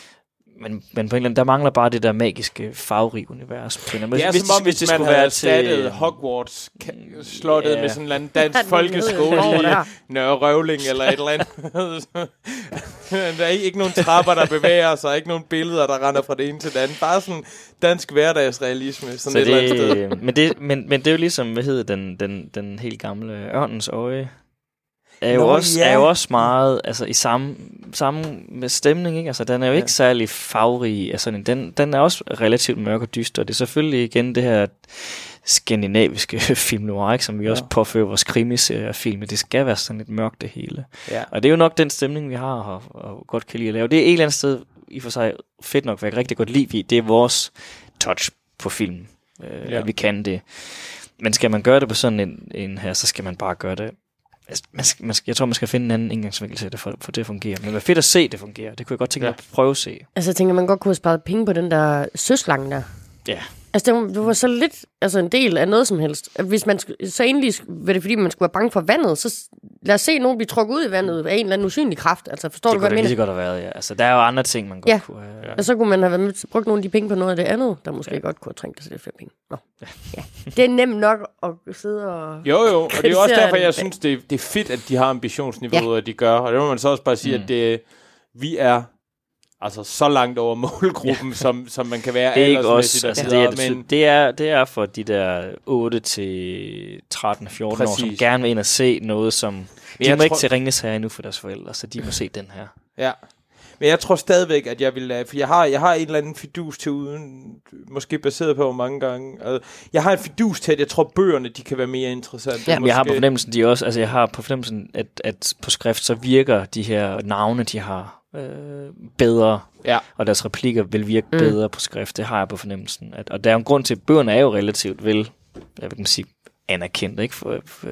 Men, men på en eller anden, der mangler bare det der magiske, farverige univers. Det er hvis, som hvis, om, hvis det man skulle havde være erstattet til Hogwarts slottet yeah. med sådan en eller anden dansk Ja, folkeskole i Nørre Røvling eller et eller andet. Der er ikke nogen trapper, der bevæger sig, ikke nogen billeder, der render fra det ene til det andet. Bare sådan dansk hverdagsrealisme. Sådan så et det, eller andet sted. Men det, men, men det er jo ligesom, hvad hedder den, den, den helt gamle Ørnens Øje? Er jo, Nå, også, ja. er jo også meget altså, i samme, samme med stemning, ikke? Altså, den er jo ikke ja. særlig farverig. Altså, den, den er også relativt mørk og dyster. Det er selvfølgelig igen det her skandinaviske film noir, ikke? Som vi ja. også påfører vores krimiseriefilm. Det skal være sådan lidt mørkt det hele. Ja. Og det er jo nok den stemning, vi har og, og godt kan lide at lave. Det er et eller andet sted i for sig fedt nok, hvad jeg rigtig godt lide. Det er vores touch på film. Øh, ja. At vi kan det. Men skal man gøre det på sådan en, en her, så skal man bare gøre det. Man skal, man skal, jeg tror, man skal finde en anden indgangsvinkel til det, for, for det at fungere. Men det er fedt at se, det fungerer. Det kunne jeg godt tænke mig ja. at prøve at se. Altså, jeg tænker, man godt kunne have sparet penge på den der søslange der. Ja. Altså, det var, det var så lidt altså en del af noget som helst. Hvis man så egentlig var det, fordi man skulle være bange for vandet, så lad os se nogen blive trukket ud i vandet af en eller anden usynlig kraft. Altså, forstår det du, hvad jeg mener? Det kunne da lige så godt have været, ja. Altså, der er jo andre ting, man godt ja. kunne have... Ja. Og så kunne man have været med til at bruge nogle af de penge på noget af det andet, der måske ja. godt kunne have trængt til lidt flere penge. Nå. Ja. ja. Det er nemt nok at sidde og... Jo, jo, og det er jo også derfor, jeg synes, det er, det er fedt, at de har ambitionsniveauet, ja. at de gør. Og det må man så også bare sige, mm. at det, vi er... Altså så langt over målgruppen, ja. som, som man kan være aldersmæssigt. Altså, det, er, men det, er, det er for de der otte til tretten fjorten Præcis. år, som gerne vil ind og se noget, som... De jeg må tror... ikke til Ringenes Herre endnu for deres forældre, så de må se den her. Ja, men jeg tror stadigvæk, at jeg vil... For jeg har, jeg har en eller anden fidus til uden... Måske baseret på mange gange. Altså, jeg har en fidus til, at jeg tror, bøgerne de kan være mere interessante. Ja, men jeg har på fornemmelsen, de også... Altså, jeg har på fornemmelsen, at, at på skrift, så virker de her navne, de har... Øh, bedre, ja. og deres replikker vil virke mm. bedre på skrift. Det har jeg på fornemmelsen. At, og der er en grund til, at bøgerne er jo relativt vel, jeg vil sige, anerkendt, ikke? For, for,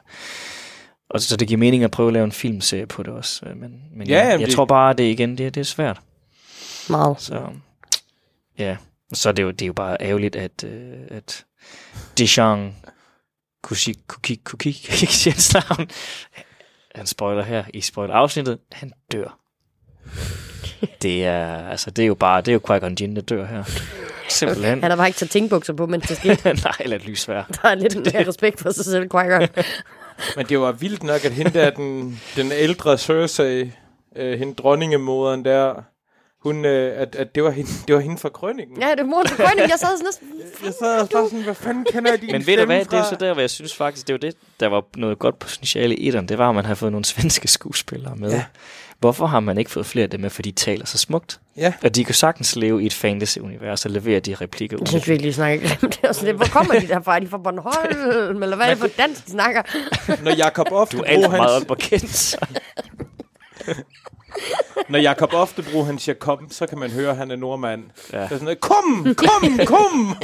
og så, så det giver mening at prøve at lave en filmserie på det også. Men, men ja, jeg, jeg det... tror bare, at det igen, det, det er svært. Meget. Så, ja. Så det er jo, det er jo bare ærgerligt, at, øh, at Dijon Kuki, Kuki, Kuki, ikke siger hans navn. Han spoiler her i spoiler-afsnittet. Han dør. Det er, altså, det er jo bare, det er jo Qui-Gon Jinn, der dør her. Simpelthen. Han har bare ikke taget tingbukser på, mens det skete. Nej, eller et lysvær. Der er lidt mere respekt for sig selv, Qui-Gon. Men det var vildt nok, at hende der, den, den ældre Cersei, øh, hende dronningemoderen der, hun, øh, at, at det var hende, det var hende fra Krøniken. Ja, det er moren fra Krøniken. Jeg sad sådan næsten... Jeg sad også bare sådan, hvad fanden kender jeg din Men ved du hvad, det er så der, hvor jeg synes faktisk, det var det, der var noget godt potentiale i etteren. Det var, at man havde fået nogle svenske skuespillere med. Ja. Hvorfor har man ikke fået flere af dem med, for de taler så smukt? Ja. Og de kan sagtens leve i et fantasy-univers og levere de replikker. Jeg synes virkelig, de snakker grimt. Det er sådan, hvor kommer de derfra? Er de fra Bornholm? Eller hvad er det for dansk, de snakker? Når Jacob ofte du er alt meget hans... bekendt. Når Jacob ofte bruger hans Jacob, så kan man høre, at han er nordmand. Ja. Det er sådan, kom, kom, kom!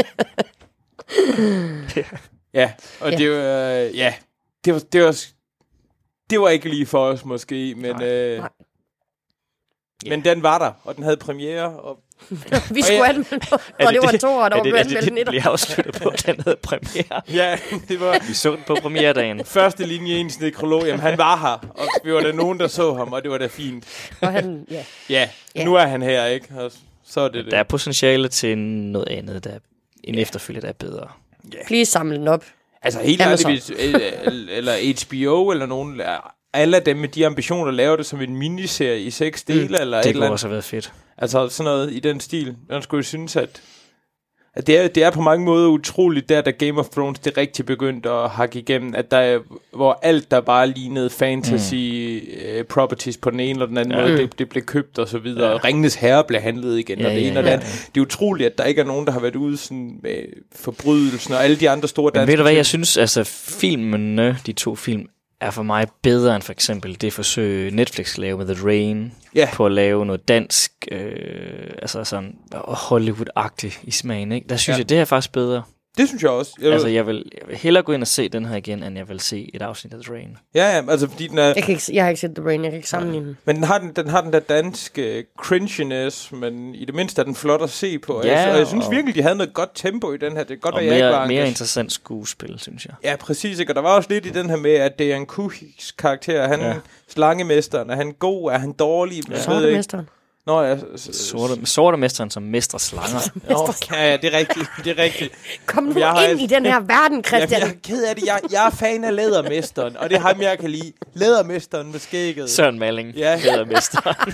ja, og ja. det var, øh, ja, det var, det var, det var ikke lige for os måske, men, Nej. øh, Nej. men den var der, og den havde premiere, og vi skulle anmelde på, og det var to år, der var blevet anmeldt den etter. Det bliver afsluttet på, at den havde premiere. Ja, det var... Vi så den på premieredagen. Første linje i ens nekrolog, jamen han var her, og vi var der nogen, der så ham, og det var da fint. Og han, ja. Ja, ja. Nu er han her, ikke? Og så er det det. Der er potentiale til noget andet, der er en ja. efterfølge, der er bedre. Yeah. Please samle den op. Altså helt ærligt, eller H B O, eller nogen... Alle dem med de ambitioner laver det som en miniserie i seks dele, mm. eller det et eller andet. Det kunne også have været fedt. Altså sådan noget i den stil. Man skulle jo synes, at... at det er, det er på mange måder utroligt, der da Game of Thrones det rigtig begyndte at hakke igennem, at der er, hvor alt der bare lignede fantasy mm. uh, properties på den ene eller den anden ja. måde, det, det blev købt og så videre. Ja. Ringenes Herre blev handlet igen, ja, og det ja, ene og det andet. Ja. Det er utroligt, at der ikke er nogen, der har været ude sådan med forbrydelsen og alle de andre store danske. Men ved du hvad, jeg synes, altså filmene, de to film, er for mig bedre end for eksempel det forsøg Netflix lavede med The Rain, yeah. på at lave noget dansk, øh, altså sådan Hollywood-agtigt i smagen, ikke? Der synes ja. jeg, det er faktisk bedre. Det synes jeg også. Jeg vil... Altså, jeg vil, jeg vil hellere gå ind og se den her igen, end jeg vil se et afsnit af The Rain. Ja, ja, altså fordi den er... Jeg, kan ikke, jeg har ikke set The Rain, jeg kan ikke sammenligne den. Men den har den, den har den der danske cringiness, men i det mindste er den flot at se på. Ja, og jeg synes og... virkelig, de havde noget godt tempo i den her. Det er godt, og at mere, jeg ikke var mere interessant skuespil, synes jeg. Ja, præcis. Ikke? Og der var også lidt i den her med, at det er en Kuhiks karakter. Han er ja. slangemesteren. Er han god? Er han dårlig? Ja. Sortemesteren. Nå ja, sorte, sortemesteren som mestre slanger. Nå, ja, ja, det er rigtigt, det er rigtigt. Kom nu ind et... i den her verden, Christian. Jeg, jeg er ked af det. Jeg, jeg er fan af Lædermesteren, og det er ham, jeg kan lide. Lædermesteren med skægget. Søren Malling, ja. Lædermesteren.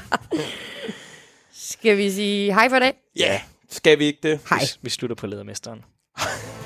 Skal vi sige hej for i dag? Ja, skal vi ikke det? Hej. Vi, vi slutter på Lædermesteren.